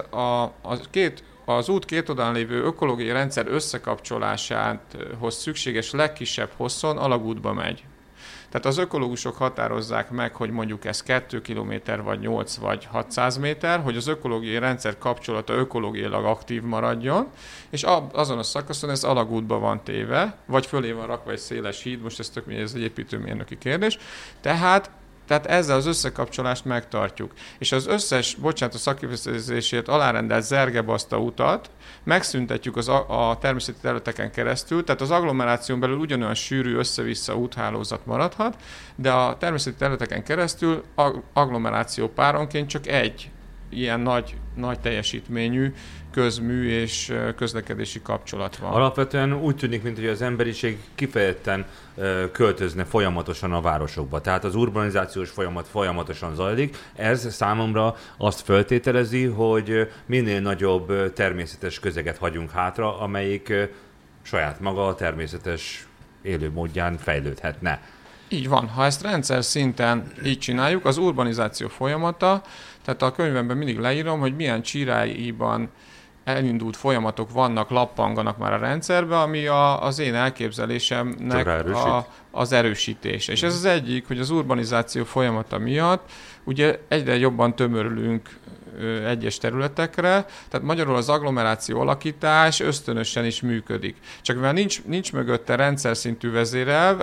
az út két oldalán lévő ökológiai rendszer összekapcsolásához szükséges legkisebb hosszon alagútba megy. Tehát az ökológusok határozzák meg, hogy mondjuk ez 2 km, vagy 8 vagy 600 méter, hogy az ökológiai rendszer kapcsolata ökológiailag aktív maradjon, és azon a szakaszon ez alagútba van téve, vagy fölé van rakva egy széles híd, most ez tök mindegy, ez egy építőmérnöki kérdés. Tehát ezzel az összekapcsolást megtartjuk. És az összes, bocsánat, a szakkifejezésért alárendelt zergebaszta utat megszüntetjük a természeti területeken keresztül, tehát az agglomeráción belül ugyanolyan sűrű össze-vissza úthálózat maradhat, de a természeti területeken keresztül agglomeráció páronként csak egy ilyen nagy teljesítményű közmű és közlekedési kapcsolat van. Alapvetően úgy tűnik, mintha az emberiség kifejezetten költözne folyamatosan a városokba. Tehát az urbanizációs folyamat folyamatosan zajlik. Ez számomra azt feltételezi, hogy minél nagyobb természetes közeget hagyunk hátra, amelyik saját maga a természetes élőmódján fejlődhetne. Így van. Ha ezt rendszer szinten így csináljuk, az urbanizáció folyamata, tehát a könyvemben mindig leírom, hogy milyen csiráiban elindult folyamatok vannak, lappanganak már a rendszerbe, ami az én elképzelésemnek az erősítése. És ez az egyik, hogy az urbanizáció folyamata miatt ugye egyre jobban tömörülünk egyes területekre, tehát magyarul az agglomeráció alakítás ösztönösen is működik. Csak mivel nincs mögötte rendszer szintű vezérelv,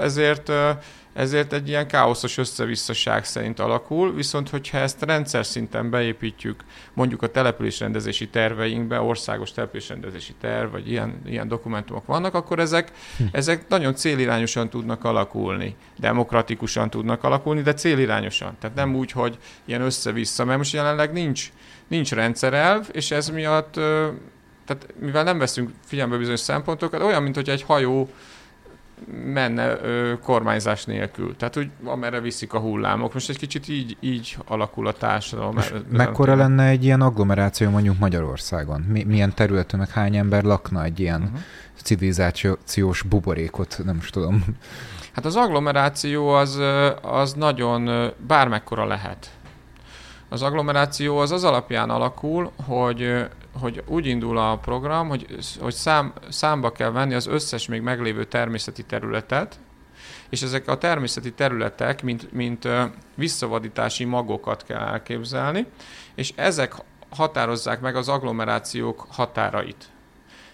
ezért egy ilyen káoszos összevisszaság szerint alakul, viszont hogyha ezt rendszer szinten beépítjük mondjuk a településrendezési terveinkbe, országos településrendezési terv, vagy ilyen dokumentumok vannak, akkor ezek nagyon célirányosan tudnak alakulni. Demokratikusan tudnak alakulni, de célirányosan. Tehát nem úgy, hogy ilyen össze-vissza, mert most jelenleg nincs rendszerelv, és ez miatt, tehát mivel nem veszünk figyelembe bizonyos szempontokat, olyan, mint hogy egy hajó menne kormányzás nélkül. Tehát úgy, amerre viszik a hullámok. Most egy kicsit így alakul a társadalom. Mekkora lenne egy ilyen agglomeráció mondjuk Magyarországon? Milyen területen, meg hány ember lakna egy ilyen civilizációs buborékot, nem is tudom. Hát az agglomeráció az nagyon bármekkora lehet. Az agglomeráció az alapján alakul, hogy úgy indul a program, hogy számba kell venni az összes még meglévő természeti területet, és ezek a természeti területek, mint visszavadítási magokat kell elképzelni, és ezek határozzák meg az agglomerációk határait.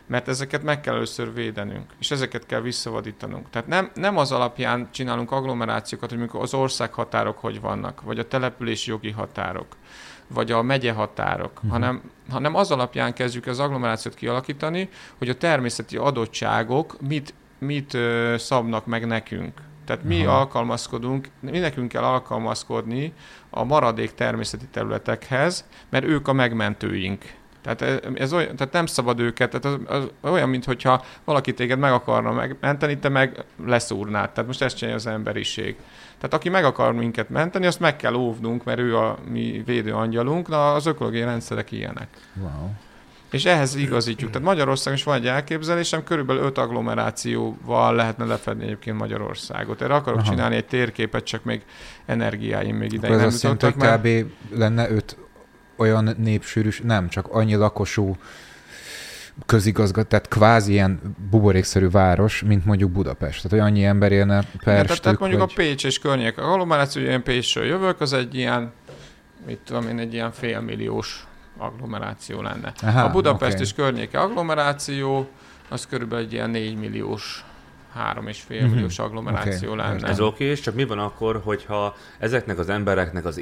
mert ezeket meg kell először védenünk, és ezeket kell visszavadítanunk. Tehát nem az alapján csinálunk agglomerációkat, hogy mikor az országhatárok hogy vannak, vagy a települési jogi határok, vagy a megye határok, hanem az alapján kezdjük az agglomerációt kialakítani, hogy a természeti adottságok mit szabnak meg nekünk. Tehát mi nekünk kell alkalmazkodni a maradék természeti területekhez, mert ők a megmentőink. Tehát nem szabad őket, tehát az olyan, mintha valaki téged meg akarna megmenteni, te meg leszúrnád. Tehát most ezt csinálja az emberiség. Tehát aki meg akar minket menteni, azt meg kell óvnunk, mert ő a mi védőangyalunk, na az ökológiai rendszerek ilyenek. Wow. És ehhez igazítjuk. Tehát Magyarországon is van egy elképzelésem, körülbelül 5 agglomerációval lehetne lefedni egyébként Magyarországot. Erre akarok csinálni egy térképet, csak még energiáim még ideig nem jutottak meg. Kb. Lenne 5 olyan népsűrűs, nem csak annyi lakosú tehát kvázi ilyen buborékszerű város, mint mondjuk Budapest. Tehát, hogy annyi ember élne per stück, tehát mondjuk a Pécs és környék agglomeráció, én Pécsről jövök, az egy ilyen, egy ilyen félmilliós agglomeráció lenne. Aha, a Budapest és környéke agglomeráció, az körülbelül egy ilyen 4 milliós, 3,5 milliós agglomeráció lenne. Ez oké, és csak mi van akkor, hogyha ezeknek az embereknek az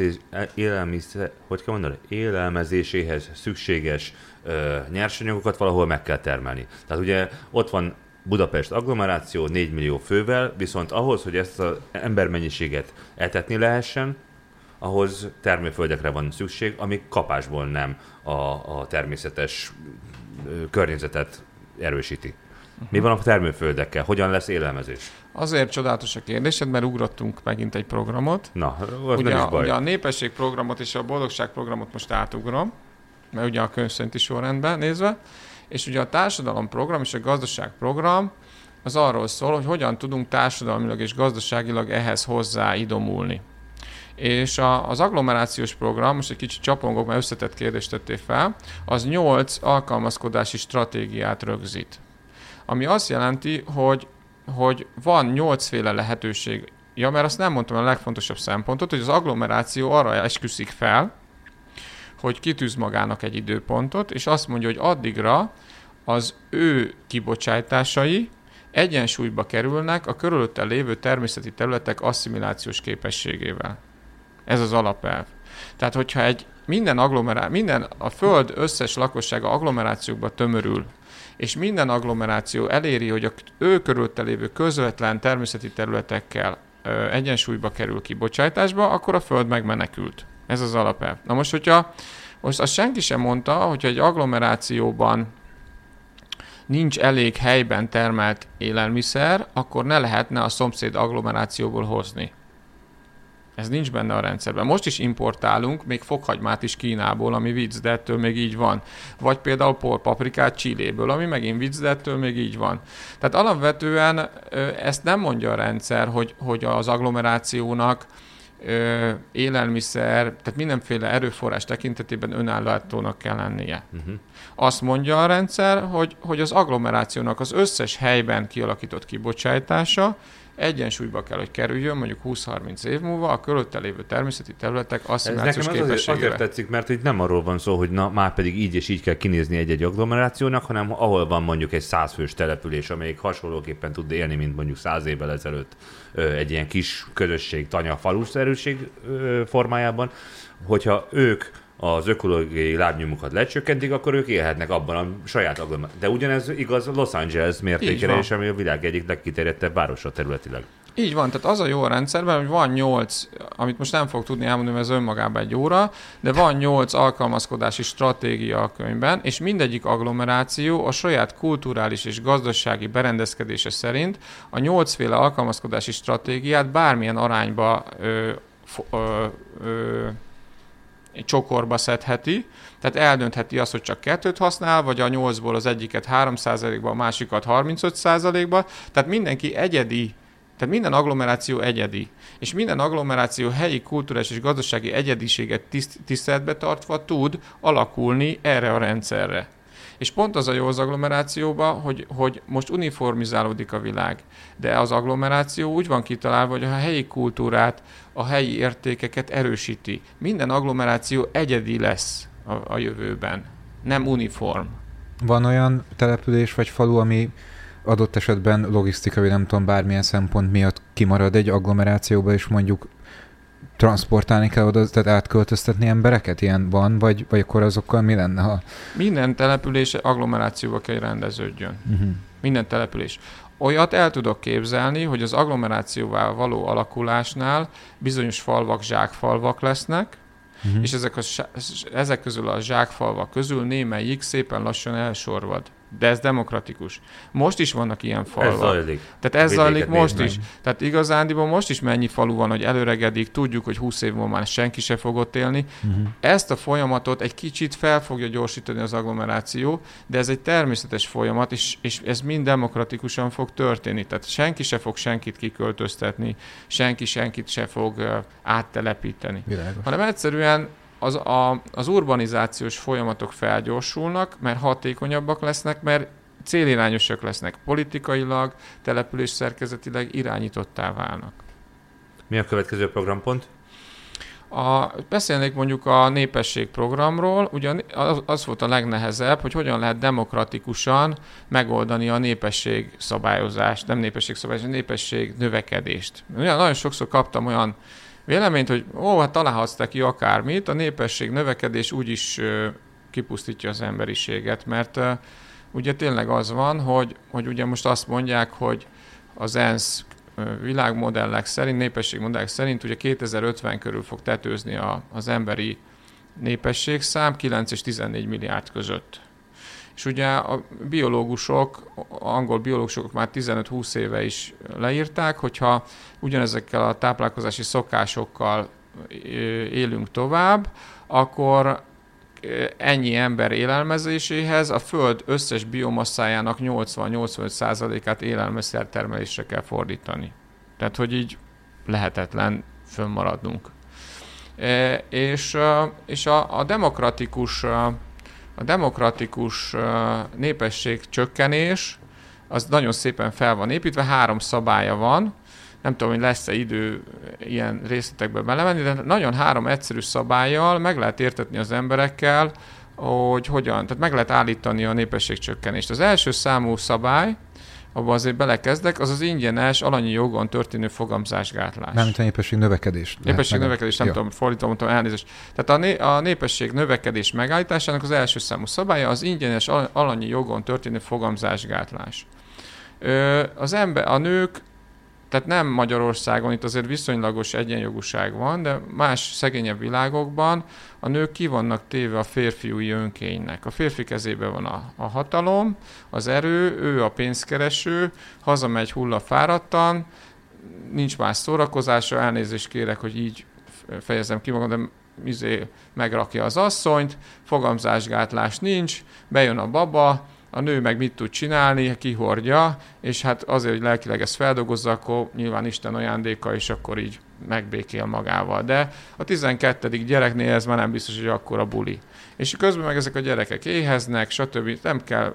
élelmezéséhez szükséges nyersanyagokat valahol meg kell termelni. Tehát ugye ott van Budapest agglomeráció 4 millió fővel, viszont ahhoz, hogy ezt az embermennyiséget etetni lehessen, ahhoz termőföldekre van szükség, ami kapásból nem a természetes környezetet erősíti. Mi van a termőföldekkel? Hogyan lesz élelmezés? Azért csodálatos a kérdésed, mert ugrottunk megint egy programot. Na, az nem is baj. Ugye a népességprogramot és a boldogságprogramot most átugrom, mert ugye a könyv szerinti sorrendben nézve, és ugye a társadalomprogram és a gazdaságprogram az arról szól, hogy hogyan tudunk társadalmilag és gazdaságilag ehhez hozzáidomulni. És az agglomerációs program, most egy kicsit csapongok, mert összetett kérdést tettél fel, az 8 alkalmazkodási stratégiát rögzít. Ami azt jelenti, hogy van 8 féle lehetőség. Ja, mert azt nem mondtam a legfontosabb szempontot, hogy az agglomeráció arra esküszik fel, hogy kitűz magának egy időpontot, és azt mondja, hogy addigra az ő kibocsátásai egyensúlyba kerülnek a körülötte lévő természeti területek asszimilációs képességével. Ez az alapelv. Tehát, hogyha minden a Föld összes lakossága agglomerációkba tömörül, és minden agglomeráció eléri, hogy ő körülötte lévő közvetlen természeti területekkel egyensúlyba kerül kibocsátásba, akkor a Föld megmenekült. Ez az alapelv. Na most azt senki sem mondta, hogyha egy agglomerációban nincs elég helyben termelt élelmiszer, akkor ne lehetne a szomszéd agglomerációból hozni. Ez nincs benne a rendszerben. Most is importálunk még fokhagymát is Kínából, ami vicc, de ettől még így van. Vagy például porpaprikát Chiléből, ami megint vicc, de ettől még így van. Tehát alapvetően ezt nem mondja a rendszer, hogy az agglomerációnak élelmiszer, tehát mindenféle erőforrás tekintetében önellátónak kell lennie. Azt mondja a rendszer, hogy az agglomerációnak az összes helyben kialakított kibocsátása egyensúlyba kell, hogy kerüljön mondjuk 20-30 év múlva a körülötte lévő természeti területek asszimilációs képességével. Azért tetszik, mert itt nem arról van szó, hogy már pedig így és így kell kinézni egy-egy agglomerációnak, hanem ahol van mondjuk egy 100 fős település, amelyik hasonlóképpen tud élni, mint mondjuk 100 évvel ezelőtt egy ilyen kis közösség, tanya, faluszerűség formájában, hogyha ők az ökológiai lábnyomukat lecsökkentik, akkor ők élhetnek abban a saját agglomerációban. De ugyanez igaz Los Angeles mértékére is, ami a világ egyik legkiterjedtebb városa területileg. Így van, tehát az a jó a rendszerben, hogy van 8, amit most nem fog tudni elmondani, mert ez önmagában egy óra, de van 8 alkalmazkodási stratégia a könyvben, és mindegyik agglomeráció a saját kulturális és gazdasági berendezkedése szerint a 8 féle alkalmazkodási stratégiát bármilyen arányba csokorba szedheti, tehát eldöntheti azt, hogy csak 2-t használ, vagy a 8-ból az egyiket 3%-ba, a másikat 35%-ba, tehát mindenki egyedi, tehát minden agglomeráció egyedi, és minden agglomeráció helyi kulturális és gazdasági egyediséget tiszteletbe tartva tud alakulni erre a rendszerre. És pont az a jó az agglomerációban, hogy most uniformizálódik a világ, de az agglomeráció úgy van kitalálva, hogy a helyi kultúrát, a helyi értékeket erősíti. Minden agglomeráció egyedi lesz a jövőben, nem uniform. Van olyan település vagy falu, ami adott esetben logisztikai, nem tudom, bármilyen szempont miatt kimarad egy agglomerációba, és mondjuk transportálni kell oda, tehát átköltöztetni embereket? Ilyen van, vagy akkor azokkal mi lenne, ha... Minden település agglomerációba kell rendeződjön. Minden település. Olyat el tudok képzelni, hogy az agglomerációval való alakulásnál bizonyos falvak zsákfalvak lesznek, és ezek közül a zsákfalvak közül némelyik szépen lassan elsorvad. De ez demokratikus. Most is vannak ilyen falvak. Ez zajlik. Tehát ez zajlik most is. Tehát igazándiból most is mennyi falu van, hogy előregedik, tudjuk, hogy 20 év múlva már senki se fog ott élni. Ezt a folyamatot egy kicsit fel fogja gyorsítani az agglomeráció, de ez egy természetes folyamat, és ez mind demokratikusan fog történni. Tehát senki se fog senkit kiköltöztetni, senki senkit se fog áttelepíteni. Világos. Hanem egyszerűen az urbanizációs folyamatok felgyorsulnak, mert hatékonyabbak lesznek, mert célirányosak lesznek politikailag, település szerkezetileg irányítottá válnak. Mi a következő programpont? Beszélnék mondjuk a népességprogramról, ugyan az volt a legnehezebb, hogy hogyan lehet demokratikusan megoldani a népességszabályozást, nem népességszabályozást, népesség növekedést. Nagyon sokszor kaptam olyan véleményt, hogy hát találhatsz te ki akármit, a népesség növekedés úgyis kipusztítja az emberiséget, mert ugye tényleg az van, hogy ugye most azt mondják, hogy az ENSZ világmodellek szerint, népességmodellek szerint ugye 2050 körül fog tetőzni az emberi népességszám 9 és 14 milliárd között. És ugye a biológusok, angol biológusok már 15-20 éve is leírták, hogyha ugyanezekkel a táplálkozási szokásokkal élünk tovább, akkor ennyi ember élelmezéséhez a Föld összes biomasszájának 80-85%-át élelmiszertermelésre kell fordítani. Tehát, hogy így lehetetlen fönnmaradnunk. És a demokratikus népességcsökkenés az nagyon szépen fel van építve, 3 szabálya van, nem tudom, hogy lesz-e idő ilyen részletekbe belemenni, de nagyon 3 egyszerű szabállyal meg lehet értetni az emberekkel, hogy hogyan, tehát meg lehet állítani a népességcsökkenést. Az első számú szabály, abban azért belekezdek, az ingyenes, alanyi jogon történő fogamzásgátlás. Mármint a népesség növekedés. Népesség növekedés, nem tudom, fordítom, elnézést. Tehát a népesség növekedés megállításának az első számú szabálya az ingyenes, alanyi jogon történő fogamzásgátlás. A nők, tehát nem Magyarországon, itt azért viszonylagos egyenjogúság van, de más szegényebb világokban a nők ki vannak téve a férfiúi önkénynek. A férfi kezében van a hatalom, az erő, ő a pénzkereső, hazamegy hullafáradtan, nincs más szórakozása, elnézést kérek, hogy így fejezem ki magam, de megrakja az asszonyt, fogamzásgátlás nincs, bejön a baba, a nő meg mit tud csinálni, kihordja, és hát azért, hogy lelkileg ezt feldolgozza, akkor nyilván Isten ajándéka, és akkor így megbékél magával. De a 12. gyereknél ez már nem biztos, hogy akkora buli. És közben meg ezek a gyerekek éheznek, stb. Nem kell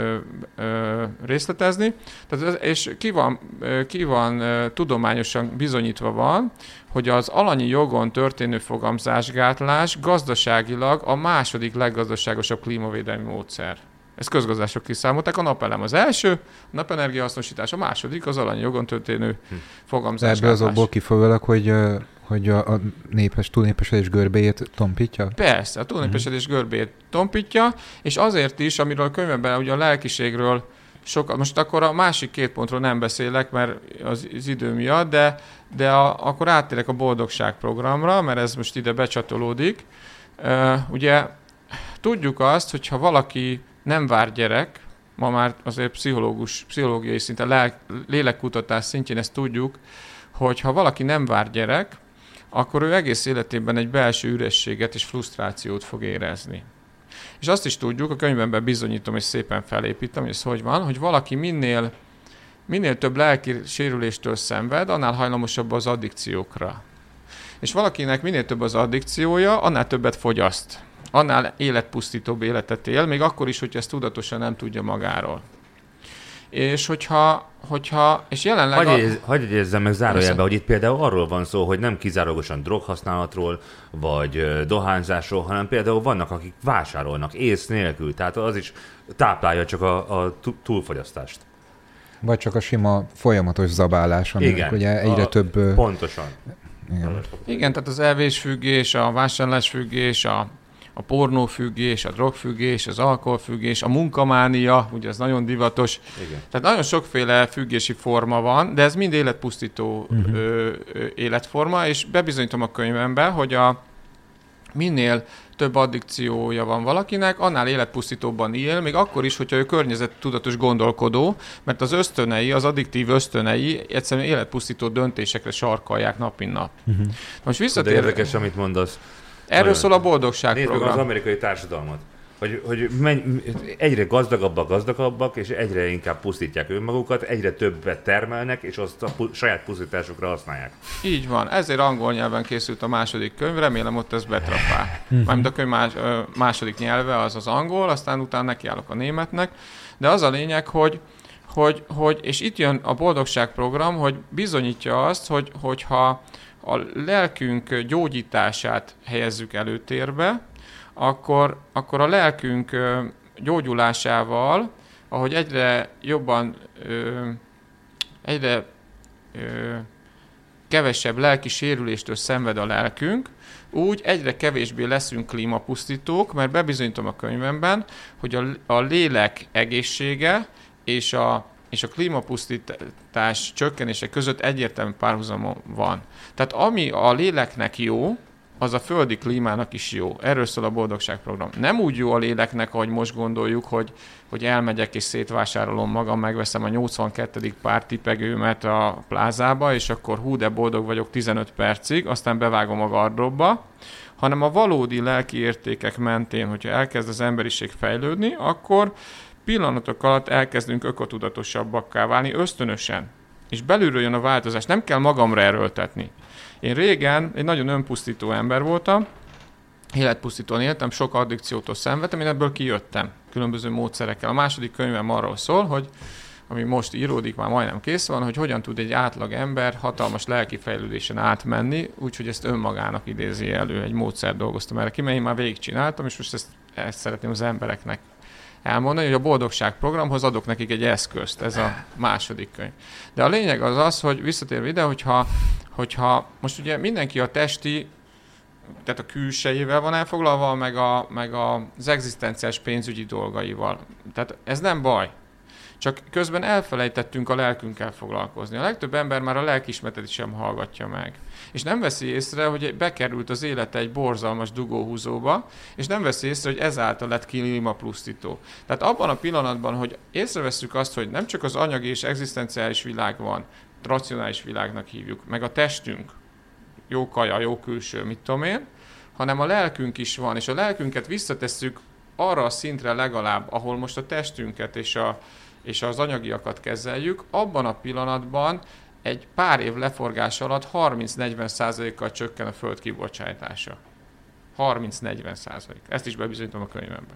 részletezni. Tehát, és ki van tudományosan bizonyítva van, hogy az alanyi jogon történő fogamzásgátlás gazdaságilag a második leggazdaságosabb klímavédelmi módszer. Ezt közgazdások kiszámolták, a napelem az első, a napenergia hasznosítás a második, az alanyi jogon történő fogamzásgátlás. Ebből azokból kifolyólag, hogy a túlnépesedés görbéjét tompítja? Persze, a túlnépesedés görbéjét tompítja, és azért is, amiről a könyvben ugye a lelkiségről sokat, most akkor a másik 2 pontról nem beszélek, mert az idő miatt, de akkor áttérek a boldogság programra, mert ez most ide becsatolódik. Ugye tudjuk azt, hogyha valaki nem vár gyerek, ma már azért pszichológiai szinten, lélekkutatás szintjén ezt tudjuk, hogy ha valaki nem vár gyerek, akkor ő egész életében egy belső ürességet és frusztrációt fog érezni. És azt is tudjuk, a könyvemben bizonyítom és szépen felépítem, hogy ez hogy van, hogy valaki minél több lelki sérüléstől szenved, annál hajlamosabb az addikciókra. És valakinek minél több az addikciója, annál többet fogyaszt. Annál életpusztítóbb életet él, még akkor is, hogyha ezt tudatosan nem tudja magáról. És és jelenleg... Hagyj egyezzem meg zárójelbe, hogy itt például arról van szó, hogy nem kizárólagosan droghasználatról, vagy dohányzásról, hanem például vannak, akik vásárolnak ész nélkül, tehát az is táplálja csak a túlfogyasztást. Vagy csak a sima folyamatos zabálás, aminek ugye egyre több... Pontosan. Igen, tehát az evésfüggés, a vásárlásfüggés, a pornófüggés, a drogfüggés, az alkoholfüggés, a munkamánia, ugye ez nagyon divatos. Igen. Tehát nagyon sokféle függési forma van, de ez mind életpusztító életforma, és bebizonyítom a könyvemben, hogy minél több addikciója van valakinek, annál életpusztítóbban él, még akkor is, hogyha ő környezettudatos gondolkodó, mert az ösztönei, az addiktív ösztönei egyszerűen életpusztító döntésekre sarkalják nap mint nap. Most visszatérve... De érdekes, amit mondasz. Erről szól a boldogság program. Nézd meg az amerikai társadalmat. Hogy egyre gazdagabbak, és egyre inkább pusztítják önmagukat, egyre többet termelnek, és azt a saját pusztításukra használják. Így van. Ezért angol nyelven készült a második könyv, remélem ott ez betrafál. Mármint a könyv második nyelve az az angol, aztán utána nekiállok a németnek. De az a lényeg, hogy és itt jön a boldogság program, hogy bizonyítja azt, hogyha a lelkünk gyógyítását helyezzük előtérbe, akkor a lelkünk gyógyulásával, ahogy egyre jobban, egyre kevesebb lelki sérüléstől szenved a lelkünk, úgy egyre kevésbé leszünk klímapusztítók, mert bebizonyítom a könyvemben, hogy a lélek egészsége és a klímapusztítás csökkenése között egyértelmű párhuzam van. Tehát ami a léleknek jó, az a földi klímának is jó. Erről szól a boldogságprogram. Nem úgy jó a léleknek, ahogy most gondoljuk, hogy elmegyek és szétvásárolom magam, megveszem a 82. pár tipegőmet a plázába, és akkor hú, de boldog vagyok 15 percig, aztán bevágom a gardróbba, hanem a valódi lelki értékek mentén, hogyha elkezd az emberiség fejlődni, akkor pillanatok alatt elkezdünk ökotudatosabbakká válni ösztönösen. És belülről jön a változás. Nem kell magamra erőltetni. Én régen egy nagyon önpusztító ember voltam, életpusztítóan éltem, sok addikciótól szenvedtem, én ebből kijöttem különböző módszerekkel. A második könyvem arról szól, hogy ami most íródik, már majdnem kész van, hogy hogyan tud egy átlag ember hatalmas lelki fejlődésen átmenni, úgyhogy ezt önmagának idézi elő. Egy módszert dolgoztam erre ki, mert én már végigcsináltam, és most ezt szeretném az embereknek elmondani, hogy a boldogság programhoz adok nekik egy eszközt, ez a második könyv. De a lényeg az, hogy visszatérve ide, hogyha most ugye mindenki a testi, tehát a külsejével van elfoglalva, meg az egzisztenciális pénzügyi dolgaival. Tehát ez nem baj. Csak közben elfelejtettünk a lelkünkkel foglalkozni. A legtöbb ember már a lelkiismeretet sem hallgatja meg. És nem veszi észre, hogy bekerült az élete egy borzalmas dugóhúzóba, és nem veszi észre, hogy ezáltal lett klímapusztító. Tehát abban a pillanatban, hogy észrevesszük azt, hogy nem csak az anyagi és egzisztenciális világ van, racionális világnak hívjuk, meg a testünk, jó kaja, jó külső, mit tudom én, hanem a lelkünk is van, és a lelkünket visszatesszük arra a szintre legalább, ahol most a testünket és az anyagiakat kezeljük, abban a pillanatban egy pár év leforgás alatt 30-40%-kal csökken a föld kibocsátása. 30-40%. Ezt is bebizonyítom a könyvemben.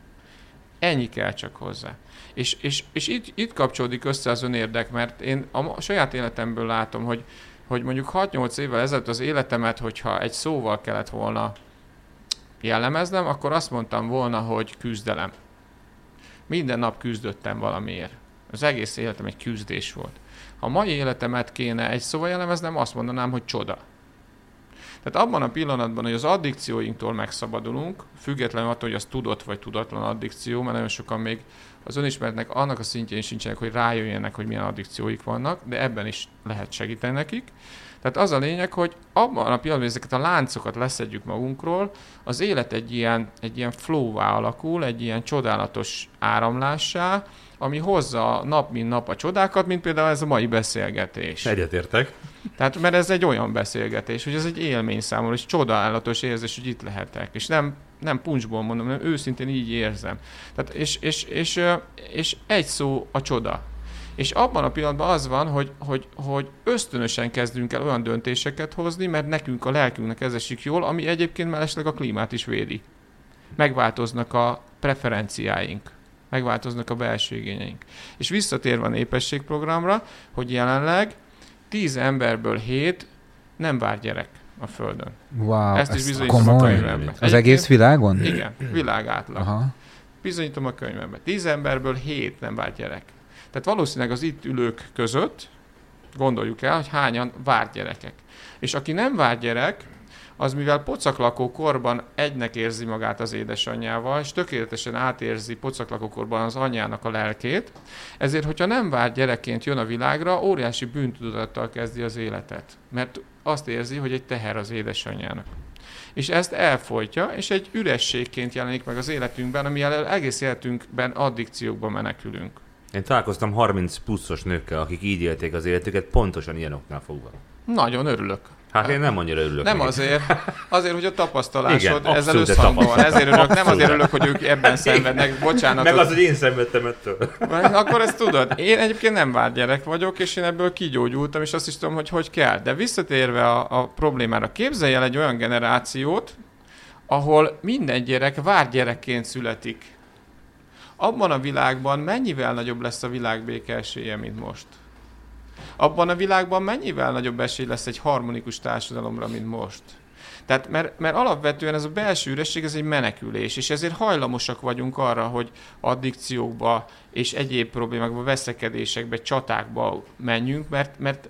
Ennyi kell csak hozzá. És itt kapcsolódik össze az önérdek, mert én a saját életemből látom, hogy mondjuk 6-8 évvel ezelőtt az életemet, hogyha egy szóval kellett volna jellemeznem, akkor azt mondtam volna, hogy küzdelem. Minden nap küzdöttem valamiért. Az egész életem egy küzdés volt. Ha a mai életemet kéne egy szóval jellemeznem, azt mondanám, hogy csoda. Tehát abban a pillanatban, hogy az addikcióinktól megszabadulunk, függetlenül attól, hogy az tudott vagy tudatlan addikció, mert nagyon sokan még az önismeretnek annak a szintjén sincsenek, hogy rájöjjenek, hogy milyen addikcióik vannak, de ebben is lehet segíteni nekik. Tehát az a lényeg, hogy abban a pillanatban, hogy ezeket a láncokat leszedjük magunkról, az élet egy ilyen flow-vá alakul, egy ilyen csodálatos áramlássá, ami hozza nap mint nap a csodákat, mint például ez a mai beszélgetés. Egyetértek. Tehát, mert ez egy olyan beszélgetés, hogy ez egy élmény számomra, és csodálatos érzés, hogy itt lehetek. És nem puncsból mondom, hanem őszintén így érzem. Tehát, és egy szó a csoda. És abban a pillanatban az van, hogy ösztönösen kezdünk el olyan döntéseket hozni, mert nekünk, a lelkünknek ez esik jól, ami egyébként mellesleg a klímát is védi. Megváltoznak a preferenciáink. megváltoznak a belső igényeink. És visszatérve a népességprogramra, hogy jelenleg 10 emberből 7 nem vár gyerek a Földön. Wow, ezt is bizonyítom a könyvemben. Az egész világon? Igen, világátlag. Aha. Bizonyítom a könyvemben. 10 emberből 7 nem vár gyerek. Tehát valószínűleg az itt ülők között gondoljuk el, hogy hányan vár gyerekek. És aki nem vár gyerek, az mivel pocaklakó korban egynek érzi magát az édesanyjával, és tökéletesen átérzi pocaklakó korban az anyjának a lelkét, ezért, hogyha nem vár gyerekként jön a világra, óriási bűntudattal kezdi az életet. Mert azt érzi, hogy egy teher az édesanyjának. És ezt elfolytja, és egy ürességként jelenik meg az életünkben, ami egész életünkben addikciókba menekülünk. Én találkoztam 30 pluszos nőkkel, akik így élték az életüket, pontosan ilyen oknál fogva. Nagyon örülök. Hát én nem annyira örülök. Nem neki. azért, hogy a tapasztalásod Igen, ezzel összhangban van. Ezért örülök, nem azért örülök, hogy ők ebben szenvednek. Bocsánat. Meg az, hogy én szenvedtem ettől. Akkor ezt tudod. Én egyébként nem várt gyerek vagyok, és én ebből kigyógyultam, és azt is tudom, hogy kell. De visszatérve a problémára, képzelj el egy olyan generációt, ahol minden gyerek várt gyerekként születik. Abban a világban mennyivel nagyobb lesz a világbéke esélye, mint most? Abban a világban mennyivel nagyobb esély lesz egy harmonikus társadalomra, mint most? Tehát, mert alapvetően ez a belső üresség, ez egy menekülés, és ezért hajlamosak vagyunk arra, hogy addikciókba és egyéb problémákba, veszekedésekbe, csatákba menjünk, mert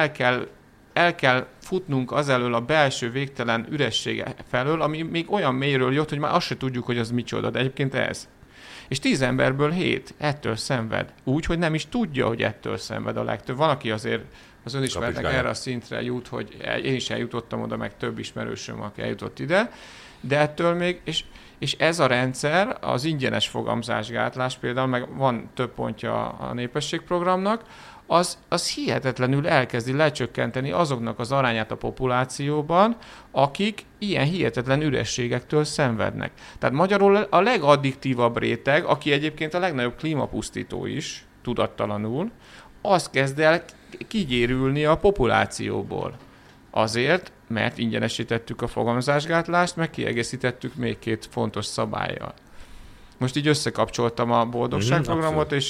el kell futnunk azelől a belső végtelen üressége felől, ami még olyan mélyről jött, hogy már azt se tudjuk, hogy az micsoda, de egyébként ez. És 10 emberből 7 ettől szenved. Úgy, hogy nem is tudja, hogy ettől szenved a legtöbb. Van, aki azért az önismeretnek erre a szintre jut, hogy én is eljutottam oda, meg több ismerősöm, aki eljutott ide, de ettől még, és ez a rendszer, az ingyenes fogamzásgátlás például, meg van több pontja a népességprogramnak, az hihetetlenül elkezdi lecsökkenteni azoknak az arányát a populációban, akik ilyen hihetetlen ürességektől szenvednek. Tehát magyarul a legaddiktívabb réteg, aki egyébként a legnagyobb klímapusztító is, tudattalanul, az kezd el kigyérülni a populációból. Azért, mert ingyenesítettük a fogamzásgátlást, meg kiegészítettük még 2 fontos szabállyal. Most így összekapcsoltam a boldogságprogramot és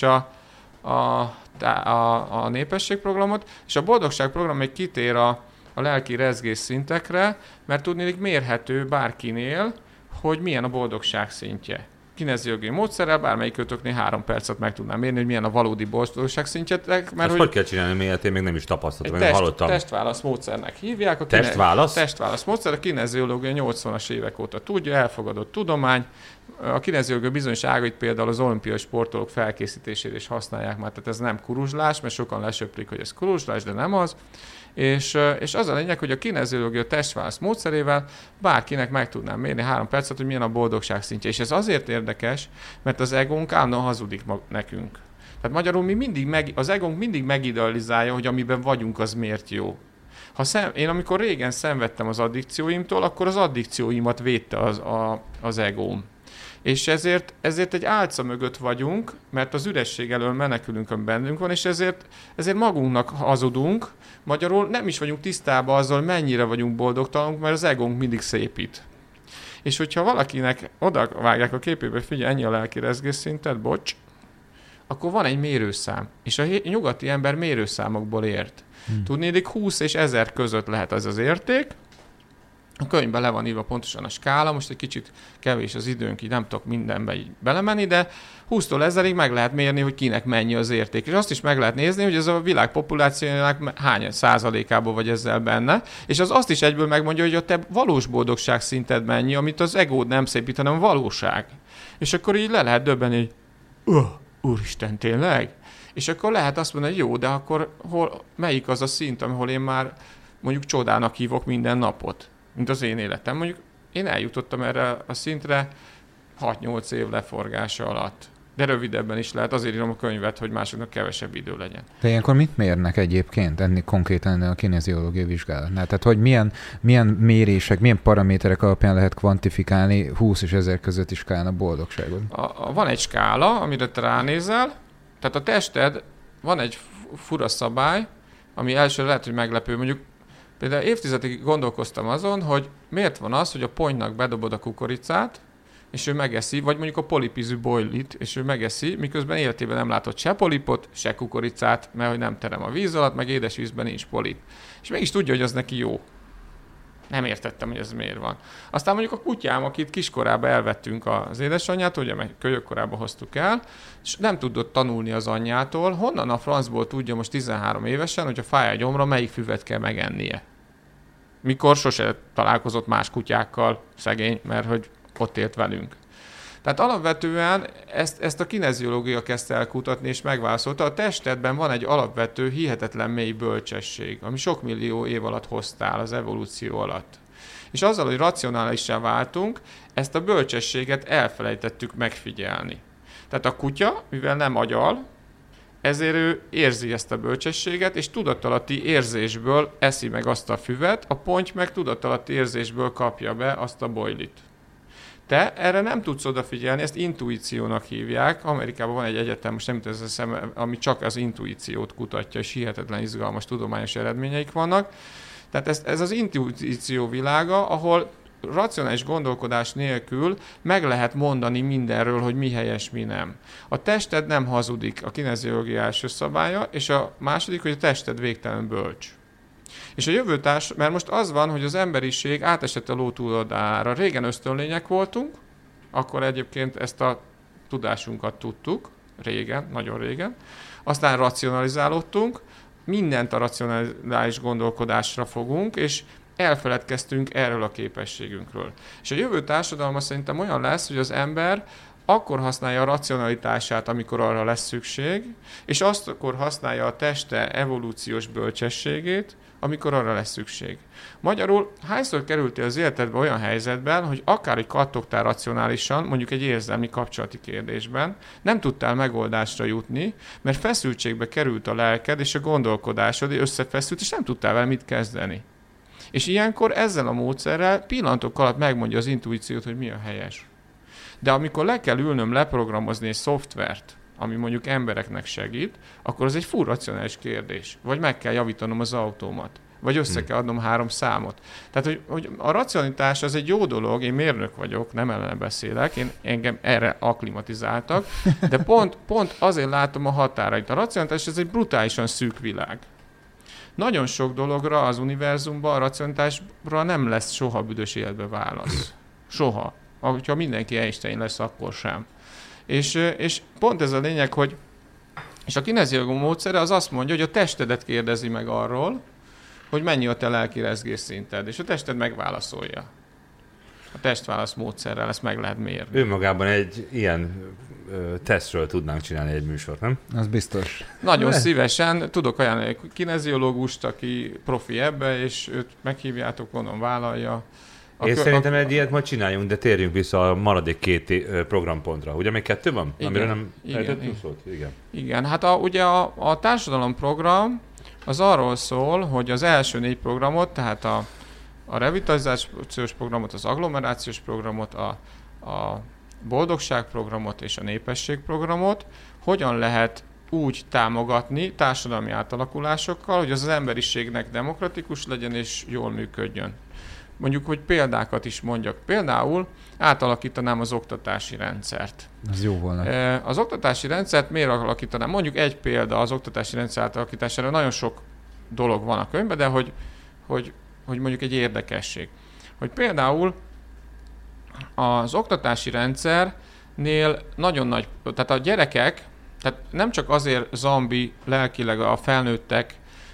a népességprogramot, és a boldogságprogram még kitér a lelki rezgés szintekre, mert tudnék mérhető bárkinél, hogy milyen a boldogság szintje. Kineziológiai módszerrel bármelyikőtöknél 3 percet meg tudnám mérni, hogy milyen a valódi boldogság szintjetek. Mert hogy kell csinálni, miért én még nem is tapasztaltam, meg hallottam. Testválasz módszernek hívják. Testválasz? Testválasz módszer, a kineziológia 80-as évek óta tudja, elfogadott tudomány. A kineziológia bizonyos ágait például az olimpiai sportolók felkészítésére is használják már, tehát ez nem kuruzslás, mert sokan lesöprik, hogy ez kuruzslás, de nem az. És az a lényeg, hogy a kineziológia testválasz módszerével bárkinek meg tudnám mérni 3 percet, hogy milyen a boldogság szintje. És ez azért érdekes, mert az egónk állandóan hazudik nekünk. Tehát magyarul az egónk mindig megidealizálja, hogy amiben vagyunk, az miért jó. Én amikor régen szenvedtem az addikcióimtól, akkor az addikcióimat védte az egóm. És ezért egy álca mögött vagyunk, mert az üresség elől menekülünk, ami bennünk van, és ezért magunknak hazudunk, magyarul nem is vagyunk tisztában azzal, mennyire vagyunk boldogtalanok, mert az egónk mindig szépít. És hogyha valakinek oda vágják a képébe, figyelj, ennyi a lelki rezgésszinted, bocs, akkor van egy mérőszám, és a nyugati ember mérőszámokból ért. Tudnélik, 20 és 1000 között lehet ez az érték. A könyvben le van írva pontosan a skála, most egy kicsit kevés az időnk, így nem tudok mindenbe így belemenni, de 20-tól 1000-ig meg lehet mérni, hogy kinek mennyi az érték. És azt is meg lehet nézni, hogy ez a világ populációjának hány százalékában vagy ezzel benne, és az azt is egyből megmondja, hogy a te valós boldogság szinted mennyi, amit az egód nem szépít, hanem a valóság. És akkor így le lehet döbbenni, hogy úristen, tényleg? És akkor lehet azt mondani, hogy jó, de akkor melyik az a szint, ahol én már mondjuk csodának hívok minden napot, mint az én életem. Mondjuk én eljutottam erre a szintre 6-8 év leforgása alatt. De rövidebben is lehet, azért írom a könyvet, hogy másoknak kevesebb idő legyen. De ilyenkor mit mérnek egyébként ennél konkrétan a kineziológiai vizsgálatnál? Tehát, hogy milyen mérések, milyen paraméterek alapján lehet kvantifikálni 20 és 1000 közötti skálán a boldogságot? Van egy skála, amire te ránézel, tehát a tested, van egy fura szabály, ami elsőre lehet, hogy meglepő. Mondjuk például évtizedig gondolkoztam azon, hogy miért van az, hogy a ponynak bedobod a kukoricát, és ő megeszi, vagy mondjuk a polipízű bojlit, és ő megeszi, miközben életében nem látott se polipot, se kukoricát, mert hogy nem terem a víz alatt, meg édesvízben nincs polip. És mégis tudja, hogy az neki jó. Nem értettem, hogy ez miért van. Aztán mondjuk a kutyám, akit kiskorában elvettünk az édesanyjától, ugye meg kölyökkorában hoztuk el, és nem tudott tanulni az anyjától, honnan a francból tudja most 13 évesen, hogy a fáj a gyomra melyik füvet kell megennie. Mikor sose találkozott más kutyákkal, szegény, mert hogy ott élt velünk. Tehát alapvetően ezt a kineziológia kezdte el kutatni, és megválaszolta. A testedben van egy alapvető, hihetetlen mély bölcsesség, ami sok millió év alatt hoztál az evolúció alatt. És azzal, hogy racionálissá váltunk, ezt a bölcsességet elfelejtettük megfigyelni. Tehát a kutya, mivel nem agyal, ezért ő érzi ezt a bölcsességet, és tudatalatti érzésből eszi meg azt a füvet, a ponty meg tudatalatti érzésből kapja be azt a bojlit. Te erre nem tudsz odafigyelni, ezt intuíciónak hívják. Amerikában van egy egyetem, most nem jut ez eszembe, ami csak az intuíciót kutatja, és hihetetlen izgalmas tudományos eredményeik vannak. Tehát ez az intuíció világa, ahol racionális gondolkodás nélkül meg lehet mondani mindenről, hogy mi helyes, mi nem. A tested nem hazudik, a kineziológia első szabálya, és a második, hogy a tested végtelen bölcs. És a jövőtárs, mert most az van, hogy az emberiség átesett a ló túloldalára. Régen ösztönlények voltunk, akkor egyébként ezt a tudásunkat tudtuk, régen, nagyon régen. Aztán racionalizálódtunk, mindent a racionális gondolkodásra fogunk, és elfeledkeztünk erről a képességünkről. És a jövő társadalma szerintem olyan lesz, hogy az ember akkor használja a racionalitását, amikor arra lesz szükség, és azt akkor használja a teste evolúciós bölcsességét, amikor arra lesz szükség. Magyarul, hányszor kerültél az életedbe olyan helyzetben, hogy akárhogy kattogtál racionálisan, mondjuk egy érzelmi kapcsolati kérdésben, nem tudtál megoldásra jutni, mert feszültségbe került a lelked, és a gondolkodásod összefeszült, és nem tudtál vele mit kezdeni. És ilyenkor ezzel a módszerrel pillanatok alatt megmondja az intuíciót, hogy mi a helyes. De amikor le kell ülnöm leprogramozni egy szoftvert, ami mondjuk embereknek segít, akkor az egy full racionális kérdés. Vagy meg kell javítanom az autómat. Vagy össze kell adnom 3 számot. Tehát, hogy a racionalitás az egy jó dolog, én mérnök vagyok, nem ellene beszélek, engem erre akklimatizáltak, de pont azért látom a határait. A racionalitás ez egy brutálisan szűk világ. Nagyon sok dologra az univerzumban, a racionalitásra nem lesz soha büdös életbe válasz. Soha. Ha mindenki Einstein lesz, akkor sem. És pont ez a lényeg, hogy és a kineziológia módszere az azt mondja, hogy a testedet kérdezi meg arról, hogy mennyi a te lelki rezgés szinted, és a tested megválaszolja. A testválasz módszerrel ezt meg lehet mérni. Önmagában egy ilyen tesztről tudnánk csinálni egy műsort, nem? Az biztos. Nagyon szívesen tudok ajánlani egy kineziológust, aki profi ebbe, és őt meghívjátok, mondom, vállalja. Szerintem egy ilyet majd csináljunk, de térjünk vissza a maradék 2 programpontra. Ugye még 2 van? Igen, amire nem igen. Igen, hát ugye a társadalomprogram az arról szól, hogy az első 4 programot, tehát a revitalizációs programot, az agglomerációs programot, a boldogságprogramot és a népességprogramot hogyan lehet úgy támogatni társadalmi átalakulásokkal, hogy az emberiségnek demokratikus legyen és jól működjön. Mondjuk, hogy példákat is mondjak. Például átalakítanám az oktatási rendszert. Ez jó volna. Az oktatási rendszert miért alakítanám? Mondjuk egy példa az oktatási rendszer átalakítására. Nagyon sok dolog van a könyvben, de hogy mondjuk egy érdekesség. Hogy például az oktatási rendszernél nagyon nagy, tehát a gyerekek, tehát nem csak azért zombi lelkileg a felnőttek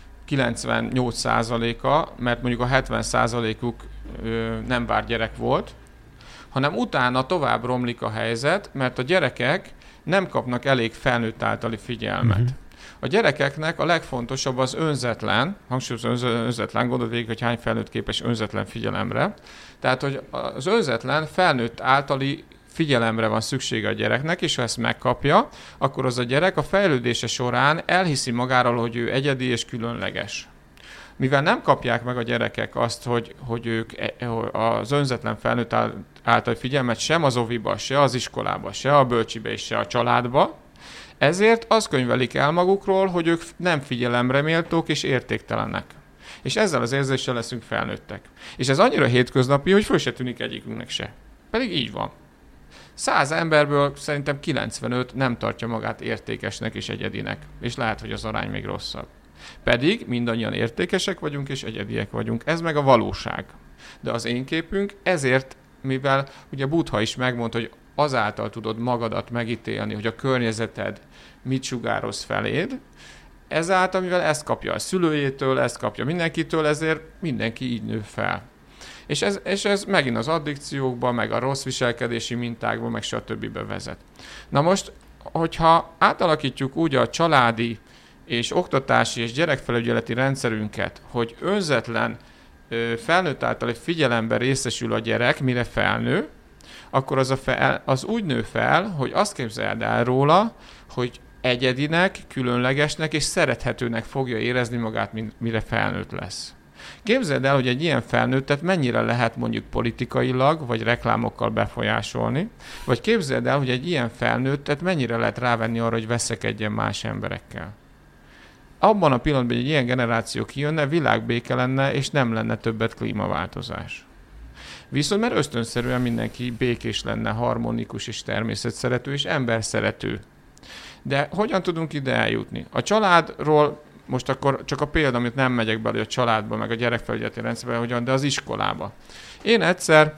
98%-a, mert mondjuk a 70%-uk nem vár gyerek volt, hanem utána tovább romlik a helyzet, mert a gyerekek nem kapnak elég felnőtt általi figyelmet. A gyerekeknek a legfontosabb az önzetlen, hangsúlyozom önzetlen, gondold végig, hogy hány felnőtt képes önzetlen figyelemre. Tehát, hogy az önzetlen felnőtt általi figyelemre van szüksége a gyereknek, és ha ezt megkapja, akkor az a gyerek a fejlődése során elhiszi magáról, hogy ő egyedi és különleges. Mivel nem kapják meg a gyerekek azt, hogy ők az önzetlen felnőtt által figyelmet sem az oviba, se az iskolába, se a bölcsibe és se a családba, ezért azt könyvelik el magukról, hogy ők nem figyelemre méltók és értéktelenek. És ezzel az érzéssel leszünk felnőttek. És ez annyira hétköznapi, hogy föl se tűnik egyikünknek se. Pedig így van. 100 emberből szerintem 95 nem tartja magát értékesnek és egyedinek. És lehet, hogy az arány még rosszabb. Pedig mindannyian értékesek vagyunk és egyediek vagyunk. Ez meg a valóság. De az én képünk ezért, mivel ugye Buddha is megmondta, hogy azáltal tudod magadat megítélni, hogy a környezeted mit sugároz feléd, ezáltal, mivel ezt kapja a szülőjétől, ezt kapja mindenkitől, ezért mindenki így nő fel. És ez megint az addikciókba, meg a rossz viselkedési mintákba, meg stb. Vezet. Na most, hogyha átalakítjuk úgy a családi és oktatási és gyerekfelügyeleti rendszerünket, hogy önzetlen felnőtt általi figyelemben részesül a gyerek, mire felnő, akkor az úgy nő fel, hogy azt képzeld el róla, hogy egyedinek, különlegesnek és szerethetőnek fogja érezni magát, mire felnőtt lesz. Képzeld el, hogy egy ilyen felnőttet mennyire lehet mondjuk politikailag, vagy reklámokkal befolyásolni, vagy képzeld el, hogy egy ilyen felnőttet mennyire lehet rávenni arra, hogy veszekedjen más emberekkel. Abban a pillanatban, hogy egy ilyen generáció kijönne, világbéke lenne, és nem lenne többet klímaváltozás. Viszont mert ösztönszerűen mindenki békés lenne, harmonikus és természetszerető és emberszerető. De hogyan tudunk ide eljutni? A családról most akkor csak a példa, amit nem megyek bele, hogy a családba, meg a gyerekfelügyeleti rendszerben, hogyan, de az iskolába. Én egyszer,